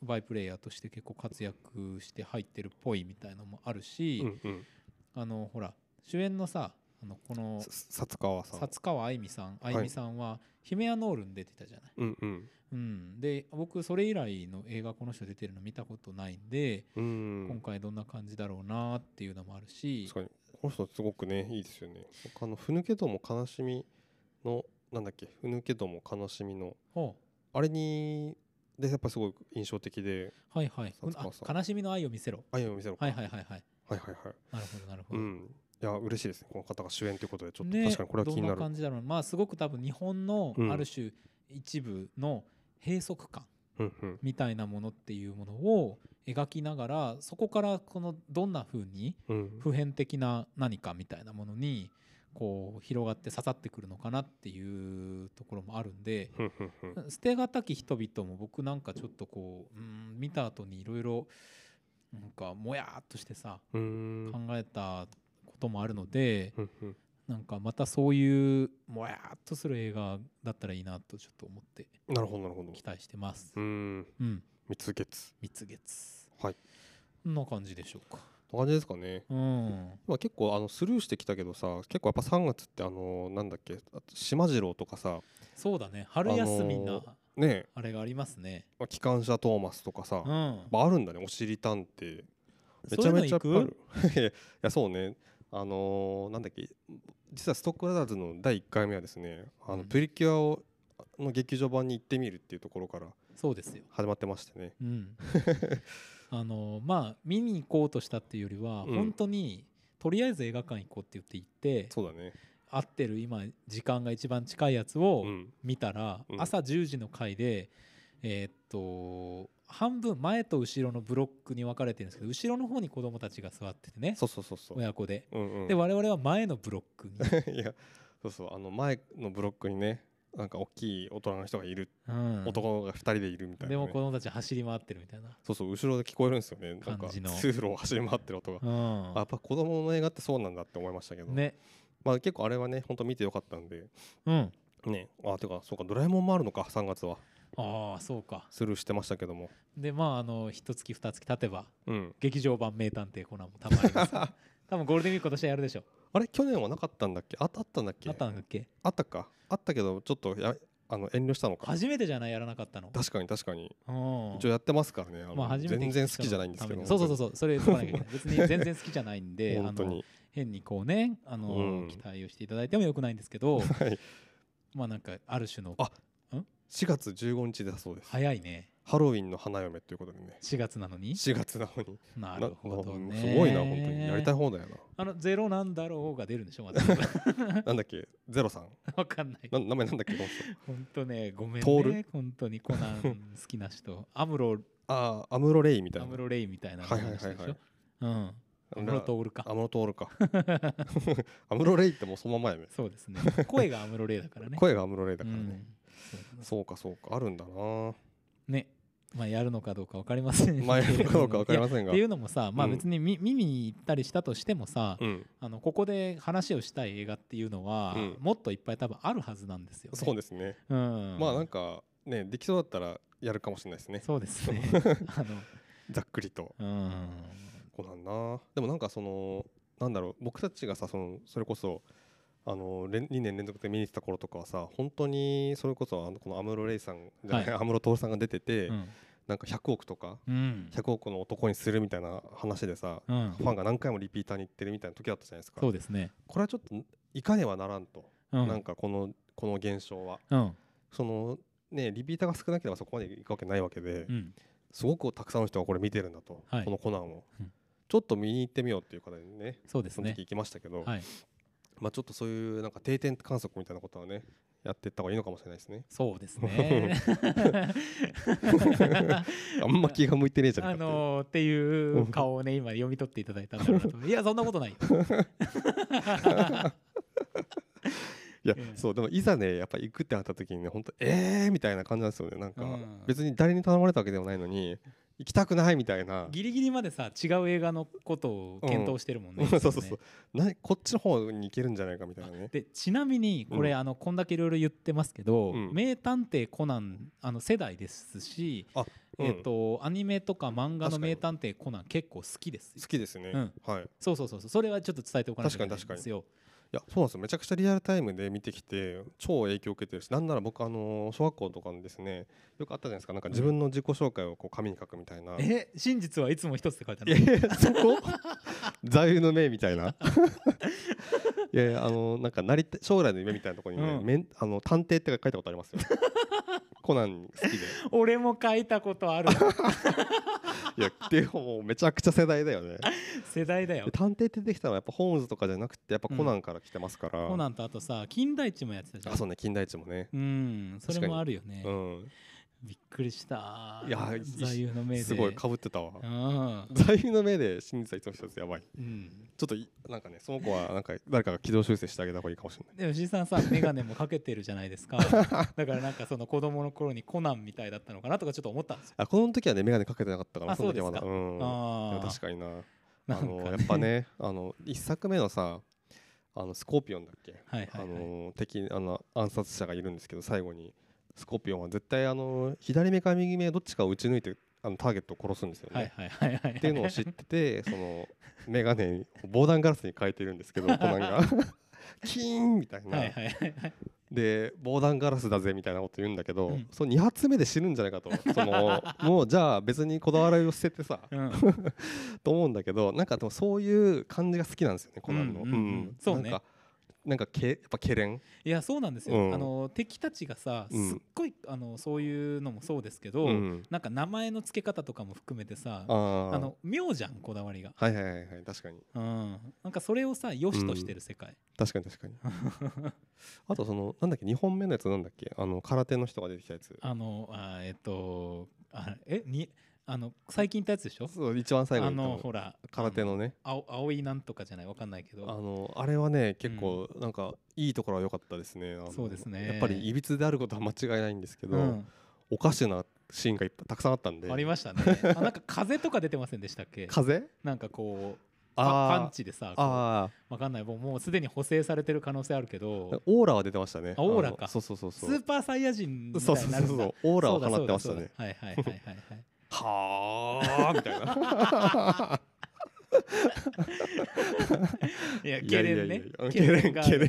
バイプレイヤーとして結構活躍して入ってるっぽいみたいなのもあるし、ほら主演のさこの薩川愛美さんはヒメアノールに出てたじゃない。で僕それ以来の映画この人出てるの見たことないんで、今回どんな感じだろうなっていうのもあるし、 確かにこの人すごくねいいですよね。ふぬけども悲しみのなんだっけ、ふぬけども悲しみのあれにでやっぱすごい印象的で、 はいはい、悲しみの愛を見せろ、 愛を見せろ、 はいはいはいはいはいはいはい、 なるほどなるほど、 いや嬉しいですね、この方が主演ということで。ちょっと確かにこれは気になる。 どんな感じだろう。まあすごく多分日本のある種一部の閉塞感みたいなものっていうものを描きながら、そこからこのどんな風に普遍的な何かみたいなものにこう広がって刺さってくるのかなっていうところもあるんで、捨てがたき人々も僕なんかちょっとこう見た後にいろいろなんかもやっとしてさ考えたこともあるので、なんかまたそういうもやっとする映画だったらいいなとちょっと思って期待してます。 蜜月、 はい、こんな感じでしょうか。 感じですかね。まあ結構スルーしてきたけどさ、結構やっぱ3月ってなんだっけ、島次郎とかさ、 そうだね、春休みなねあれがありますね。 機関車トーマスとかさ、あるんだね。おしりたんてめちゃめちゃある。いやそうね、なんだっけ、実はストックブラザーズの第1回目はですね、プリキュアの劇場版に行ってみるっていうところからそうですよ始まってましてね。 まあ見に行こうとしたっていうよりは、本当にとりあえず映画館行こうって言って行って、 そうだね、 合ってる今時間が一番近いやつを見たら、朝10時の回で半分前と後ろのブロックに分かれてるんですけど、後ろの方に子供たちが座っててね、親子で、で我々は前のブロックにいや前のブロックにね、なんか大きい大人の人がいる、男が2人でいるみたいな、 でも子供たち走り回ってるみたいな、 後ろで聞こえるんですよね、なんか通路を走り回ってる音が、やっぱ子供の映画ってそうなんだって思いましたけどね。まあ結構あれはね本当見てよかったんでね。てかそうか、ドラえもんもあるのか3月は。 そうか、 スルーしてましたけども。でまあ1月2月経てば、劇場版名探偵コナンもたまります多分ゴールデンウィーク今年はやるでしょ。 あれ去年はなかったんだっけ、あったんだっけ、 あったか、 あったけどちょっと遠慮したのか。 初めてじゃない、やらなかったの。 確かに一応やってますからね。全然好きじゃないんですけど。 そうそれ言わなきゃいけない別に全然好きじゃないんで本当に変にこうね期待をしていただいてもよくないんですけど、まあなんかある種の 4月15日だそうです。 早いね。 ハロウィンの花嫁ということでね。 4月なのになるほどね。 すごいな、本当にやりたい方だよな。 ゼロなんだろうが出るんでしょまたなんだっけ、ゼロさん、 わかんない、 名前なんだっけ、 本当ね、ごめんね、本当にコナン好きな人アムロレイみたいな、 アムロレイみたいな話でしょ。アムロトールかアムロレイってもうそのままやね。 そうですね、声がアムロレイだからね。 そうかあるんだなね。まあやるのかどうか分かりませんがっていうのもさ、まあ別に見に行ったりしたとしてもさ、ここで話をしたい映画っていうのはもっといっぱい多分あるはずなんですよね。 そうですね。まあなんかね、できそうだったらやるかもしれないですね。 そうですねざっくりと。こうなんな。でもなんかなんだろう、僕たちがさそれこそ2年連続で見に行った頃とかはさ、本当にそれこそこの安室レイさんじゃない、安室透さんが出てて、なんか100億とか100億の男にするみたいな話でさ、ファンが何回もリピーターに行ってるみたいな時だったじゃないですか。 そうですね。 これはちょっといかねばならんと、なんかこの現象は、リピーターが少なければそこまでいくわけないわけで、すごくたくさんの人がこれ見てるんだと、このコナンをちょっと見に行ってみようっていう方にね、その時行きましたけど、まあちょっとそういうなんか定点観測みたいなことはねやっていった方がいいのかもしれないですね。 そうですねあんま気が向いてねえじゃんっていう顔をね今読み取っていただいたんだろうなといやそんなことないいや、そうでもいざねやっぱ行くってなった時にね本当みたいな感じなんですよね。なんか別に誰に頼まれたわけでもないのに行きたくないみたいな、 ギリギリまでさ違う映画のことを検討してるもんね。 そうそうそう、こっちの方に行けるんじゃないかみたいなね。 でちなみにこれ、こんだけいろいろ言ってますけど、名探偵コナン世代ですし、アニメとか漫画の名探偵コナン結構好きですよ。 好きですね、はい。 そうそうそう、それはちょっと伝えておかなきゃいけないんですよ。 いやそうなんですよ、めちゃくちゃリアルタイムで見てきて超影響を受けてるし、なんなら僕小学校とかにですねよくあったじゃないですか、なんか自分の自己紹介をこう紙に書くみたいな、 真実はいつも一つって書いてあるそこ座右の銘みたいないやいやなんか将来の夢みたいなところにね、探偵って書いたことありますよコナン好きで俺も書いたことあるいやでもめちゃくちゃ世代だよね世代だよ。 探偵ってできたのはやっぱホームズとかじゃなくてやっぱコナンから来てますから、 コナンとあとさ金田一もやってたじゃん。 そうね、金田一もね、 それもあるよね。びっくりした。 いや座右の銘ですごい被ってたわ。座右の銘で真実はいつも一つやばい。ちょっとなんかね、その子はなんか誰かが軌道修正してあげた方がいいかもしれない。 でも石井さんさ、眼鏡もかけてるじゃないですかだからなんかその子供の頃にコナンみたいだったのかなとかちょっと思ったんですよ。 この時はね眼鏡かけてなかったから、 その時はまだ。 確かにな。やっぱね一作目のさスコーピオンだっけ、敵暗殺者がいるんですけど、最後にスコーピオンは絶対左目か右目どっちかを撃ち抜いてターゲットを殺すんですよね。っていうのを知ってて、そのメガネ防弾ガラスに変えてるんですけどコナンがキーンみたいなで防弾ガラスだぜみたいなこと言うんだけど、その2発目で死ぬんじゃないかともうじゃあ別にこだわりを捨ててさと思うんだけど、なんかでもそういう感じが好きなんですよねコナンの。そうね、なんかやっぱけれん。 いやそうなんですよ、敵たちがさすっごいそういうのもそうですけど、なんか名前の付け方とかも含めてさ妙じゃん、こだわりが。 はいはいはい確かに。 なんかそれをさ良しとしてる世界。 確かに確かにあとなんだっけ2本目のやつなんだっけ、空手の人が出てきたやつ、最近言ったやつでしょ。 そう一番最後にほら空手のね、 青いなんとかじゃないわかんないけど、 あれはね結構なんかいいところは良かったですね。 そうですね、 やっぱりいびつであることは間違いないんですけど、おかしなシーンがたくさんあったんで。 ありましたねなんか風とか出てませんでしたっけ。 風なんかこうパンチでさわかんない、もうすでに補正されてる可能性あるけど、 オーラは出てましたね。 オーラか。 そうスーパーサイヤ人みたいになるんだ。 オーラを放ってましたね。 はいはいはいはいはあみたいな。 いやけれんね、けれんがある。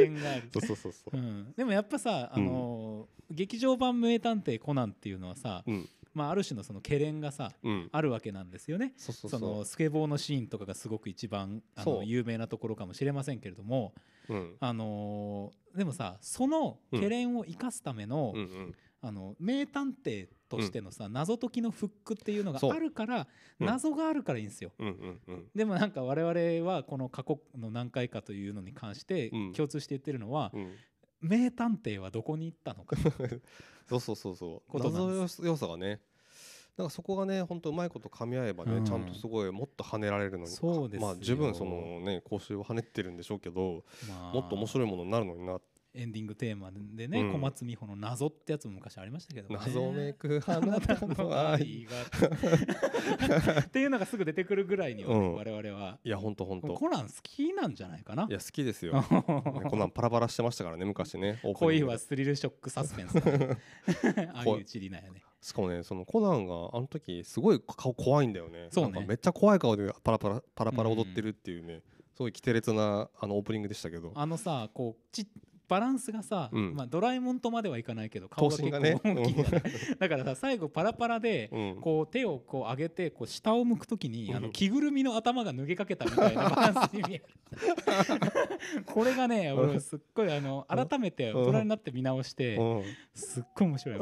でもやっぱさ劇場版名探偵コナンっていうのはさ、ある種のそのけれんがさあるわけなんですよね。そのスケボーのシーンとかがすごく一番有名なところかもしれませんけれども、でもさそのけれんを生かすための名探偵としてのさ謎解きのフックっていうのがあるから、謎があるからいいんですよ。でもなんか我々はこの過去の何回かというのに関して共通して言ってるのは、名探偵はどこに行ったのかそう謎要素がね、なんかそこがね本当うまいこと噛み合えばね、ちゃんとすごいもっと跳ねられるのに、十分そのね講習を跳ねてるんでしょうけど、もっと面白いものになるのにな。 エンディングテーマでね、小松美穂の謎ってやつも昔ありましたけどね。 謎めくあなたの愛がっていうのがすぐ出てくるぐらいには我々は、 いや本当コナン好きなんじゃないかな。 いや好きですよコナンパラパラしてましたからね昔ね。 恋はスリルショックサスペンスああいうちりなやね。 しかもねそのコナンがあの時すごい顔怖いんだよね。なんかめっちゃ怖い顔でパラパラ踊ってるっていうね、すごい奇て烈なオープニングでしたけど、 さこうバランスがさ、ドラえもんとまではいかないけど顔が結構大きいじゃないだからさ最後パラパラでこう手をこう上げてこう下を向くときに着ぐるみの頭が脱げかけたみたいなバランスに見えるこれがね俺すっごい改めて大人になって見直してすっごい面白い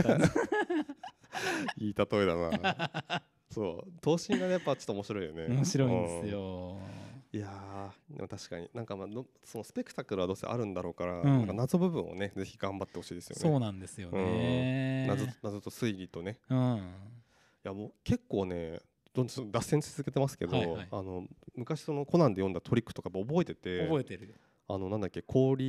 いい例えだなそう頭身がやっぱちょっと面白いよね。 面白いんですよ。 いやでも確かになんかそのスペクタクルはどうせあるんだろうから、なんか謎部分をねぜひ頑張ってほしいですよね。 そうなんですよね、 謎と推理とね、いやもう結構ねどんどん脱線続けてますけど、昔そのコナンで読んだトリックとか覚えてて、 覚えてる。 なんだっけ氷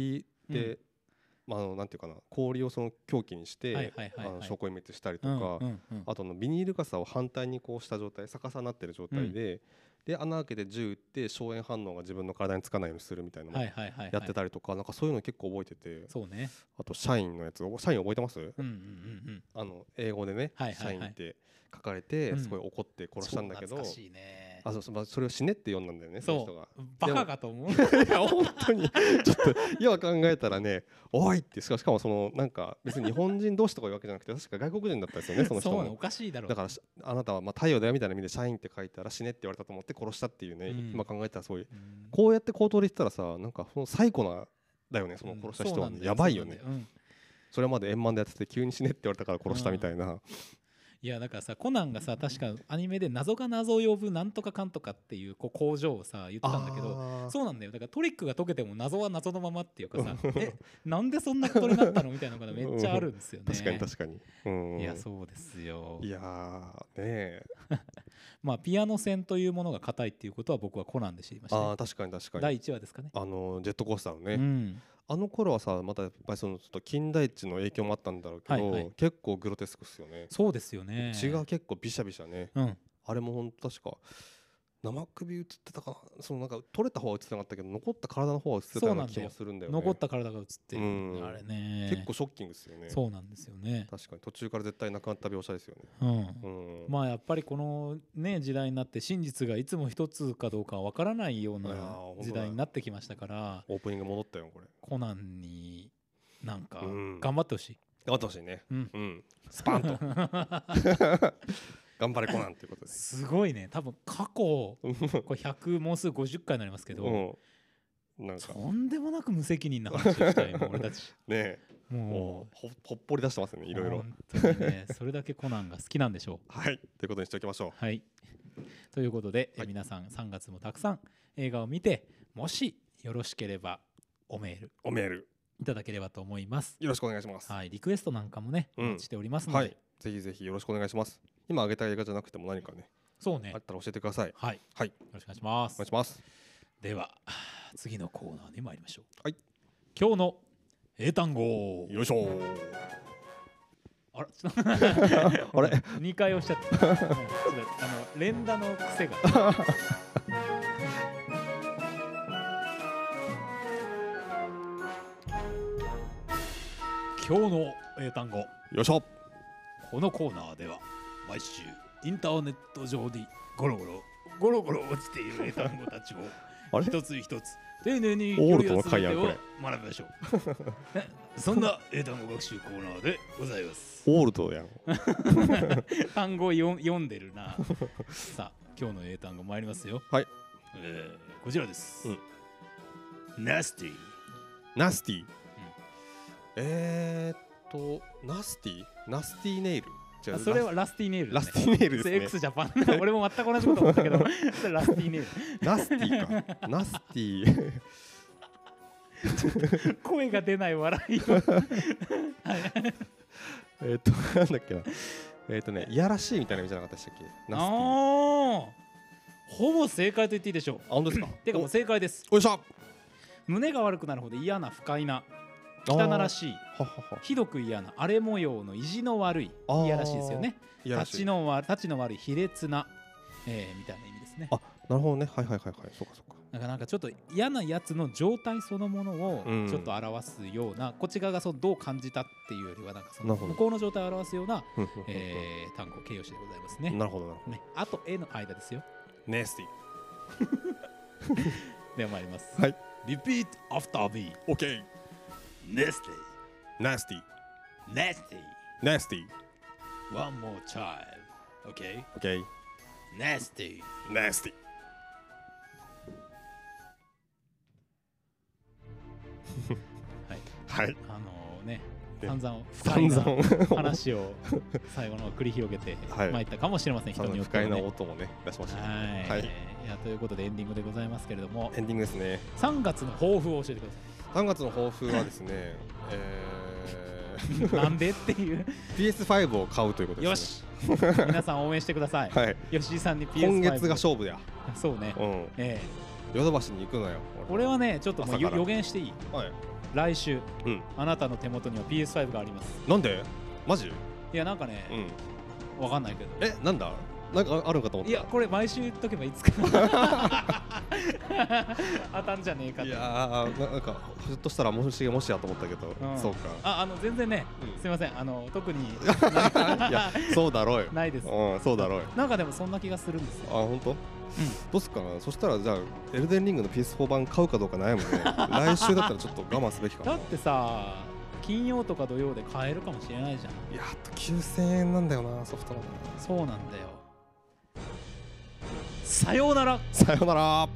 で、なんていうかな、氷をその凶器にして証拠隠滅したりとか、あとビニール傘を反対にこうした状態、逆さになってる状態で、で穴開けて銃撃って硝煙反応が自分の体につかないようにするみたいなのもやってたりとか、なんかそういうの結構覚えてて、 そうね。 あと社員のやつ、社員覚えてます？英語でね、社員って書かれてすごい怒って殺したんだけど、それを死ねって読んだんだよね、その人が。 バカかと思う。いや本当にちょっと今考えたらね、おいって、しかもそのなんか別に日本人同士とかいうわけじゃなくて、確か外国人だったんですよね、その人も。 そう、おかしいだろう。 だからあなたは太陽だよみたいな意味で社員って書いたら死ねって言われたと思って殺したっていうね、今考えたらそういう、こうやって口頭で言ったらさ、なんかその最古なだよね、その殺した人は。やばいよね。それまで円満でやってて急に死ねって言われたから殺したみたいな。 いやだからさ、コナンがさ、確かアニメで謎が謎を呼ぶなんとかかんとかっていう工場をさ言ってたんだけど、そうなんだよ。だからトリックが解けても謎は謎のままっていうかさなんでそんなことになったのみたいなのがめっちゃあるんですよね。 確かに、 いやそうですよ。 いやねまあピアノ線というものが硬いっていうことは僕はコナンで知りましたね。 確かに第1話ですかね。 ジェットコースターのね、あの頃はさ、またやっぱりそのちょっと近代値の影響もあったんだろうけど、結構グロテスクっすよね。 そうですよね。 血が結構ビシャビシャね。あれもほんと確か生首映ってたかな、そのなんか取れた方は映ってなかったけど、残った体の方は映ってたような気もするんだよね。 残った体が映ってる、あれね結構ショッキングですよね。 そうなんですよね。 確かに途中から絶対なくなった描写ですよね。 まあやっぱりこのね時代になって真実がいつも一つかどうかわからないような時代になってきましたから、 オープニング戻ったよこれ。 コナンになんか頑張ってほしい。 頑張ってほしいね。スパンと頑張れコナンということです。 すごいね。多分過去これ100もうすぐ50回になりますけど、なんかとんでもなく無責任な話をしたい俺たちね。もうほっぽり出してますよね、いろいろ。 本当にね、それだけコナンが好きなんでしょう。 はいということにしておきましょう。 はいということで、皆さん3月もたくさん映画を見て、もしよろしければおメールいただければと思います。 よろしくお願いします。 はい、リクエストなんかもね、お待ちしておりますので、 ぜひぜひよろしくお願いします。今挙げた映画じゃなくても何かね、 そうね、 あったら教えてください。 はい、よろしくお願いします。 お願いします。 では次のコーナーに参りましょう。 はい、 今日の英単語。 よいしょ。 あれ2回押しちゃった連打の癖が今日の英単語。 よいしょ。 このコーナーでは毎週インターネット上にゴロゴロ落ちている英単語たちを一つ一つ丁寧に読み集めてを学びましょう。そんな英単語学習コーナーでございます。 オールドやん。 単語読んでるな。さあ今日の英単語参りますよ。 はい、 こちらです。ナスティ。 ナスティ。ナスティネイル。 それはラスティネイル、 ラスティネイルですね。 X ジャパン。俺も全く同じこと思ったけど、それラスティネイル。 ナスティか。ナスティ。 声が出ない笑いを。 なんだっけな。いやらしいみたいな意味じゃなかったでしたっけ。ナスティ。 ほぼ正解と言っていいでしょう。 本当ですか。 てかもう正解です。 よいしょ。 胸が悪くなるほど嫌な不快な。汚らしい、ひどく嫌な荒れ模様の意地の悪い、いやらしいですよね。立ちの悪い卑劣な、みたいな意味ですね。 なるほどね。はいそうかそうか。 なんかちょっと嫌なやつの状態そのものをちょっと表すような、こっち側がどう感じたっていうよりはなんかその向こうの状態を表すような単語形容詞でございますね。 なるほどね。あと絵の間ですよ。 ネスティ。では参ります。 はい。 Repeat after me. OK。 Nasty. Nasty. Nasty. Nasty. One more time. Okay. Okay. Nasty. Nasty. はい。 ね、散々不快な話を最後の繰り広げて参ったかもしれません。人によってはね。 不快な音もね出しました。 はい。いやということでエンディングでございますけれども。 エンディングですね。 3月の抱負を教えてください。 3月の抱負はですね、 なんでっていう PS5 を買うということですね。よし皆さん応援してください。 はい、 吉井さんに PS5 今月が勝負や。 そうね。 ヨドバシに行くのよ。 俺はねちょっともう予言していい？ はい。 来週、あなたの手元には PS5 があります。 なんで？マジ？ いやなんかね、わかんないけど。 なんだ？なんかあるんかと思った。 いやこれ毎週言っとけばいつか当たんじゃねえかと。 いやなんかひょっとしたらもしやと思ったけど、そうか。 全然ね、すみません、特にいやそうだろうよ。 ないです。 そうだろうよ。 なんかでもそんな気がするんですよ。 本当？どうすっかな。そしたらじゃあエルデンリングの PS4 版買うかどうか悩むね。来週だったらちょっと我慢すべきかな。 だってさ、金曜とか土曜で買えるかもしれないじゃん。 いやあと9000円なんだよな、ソフトの。 そうなんだよ。さようなら。 さようなら。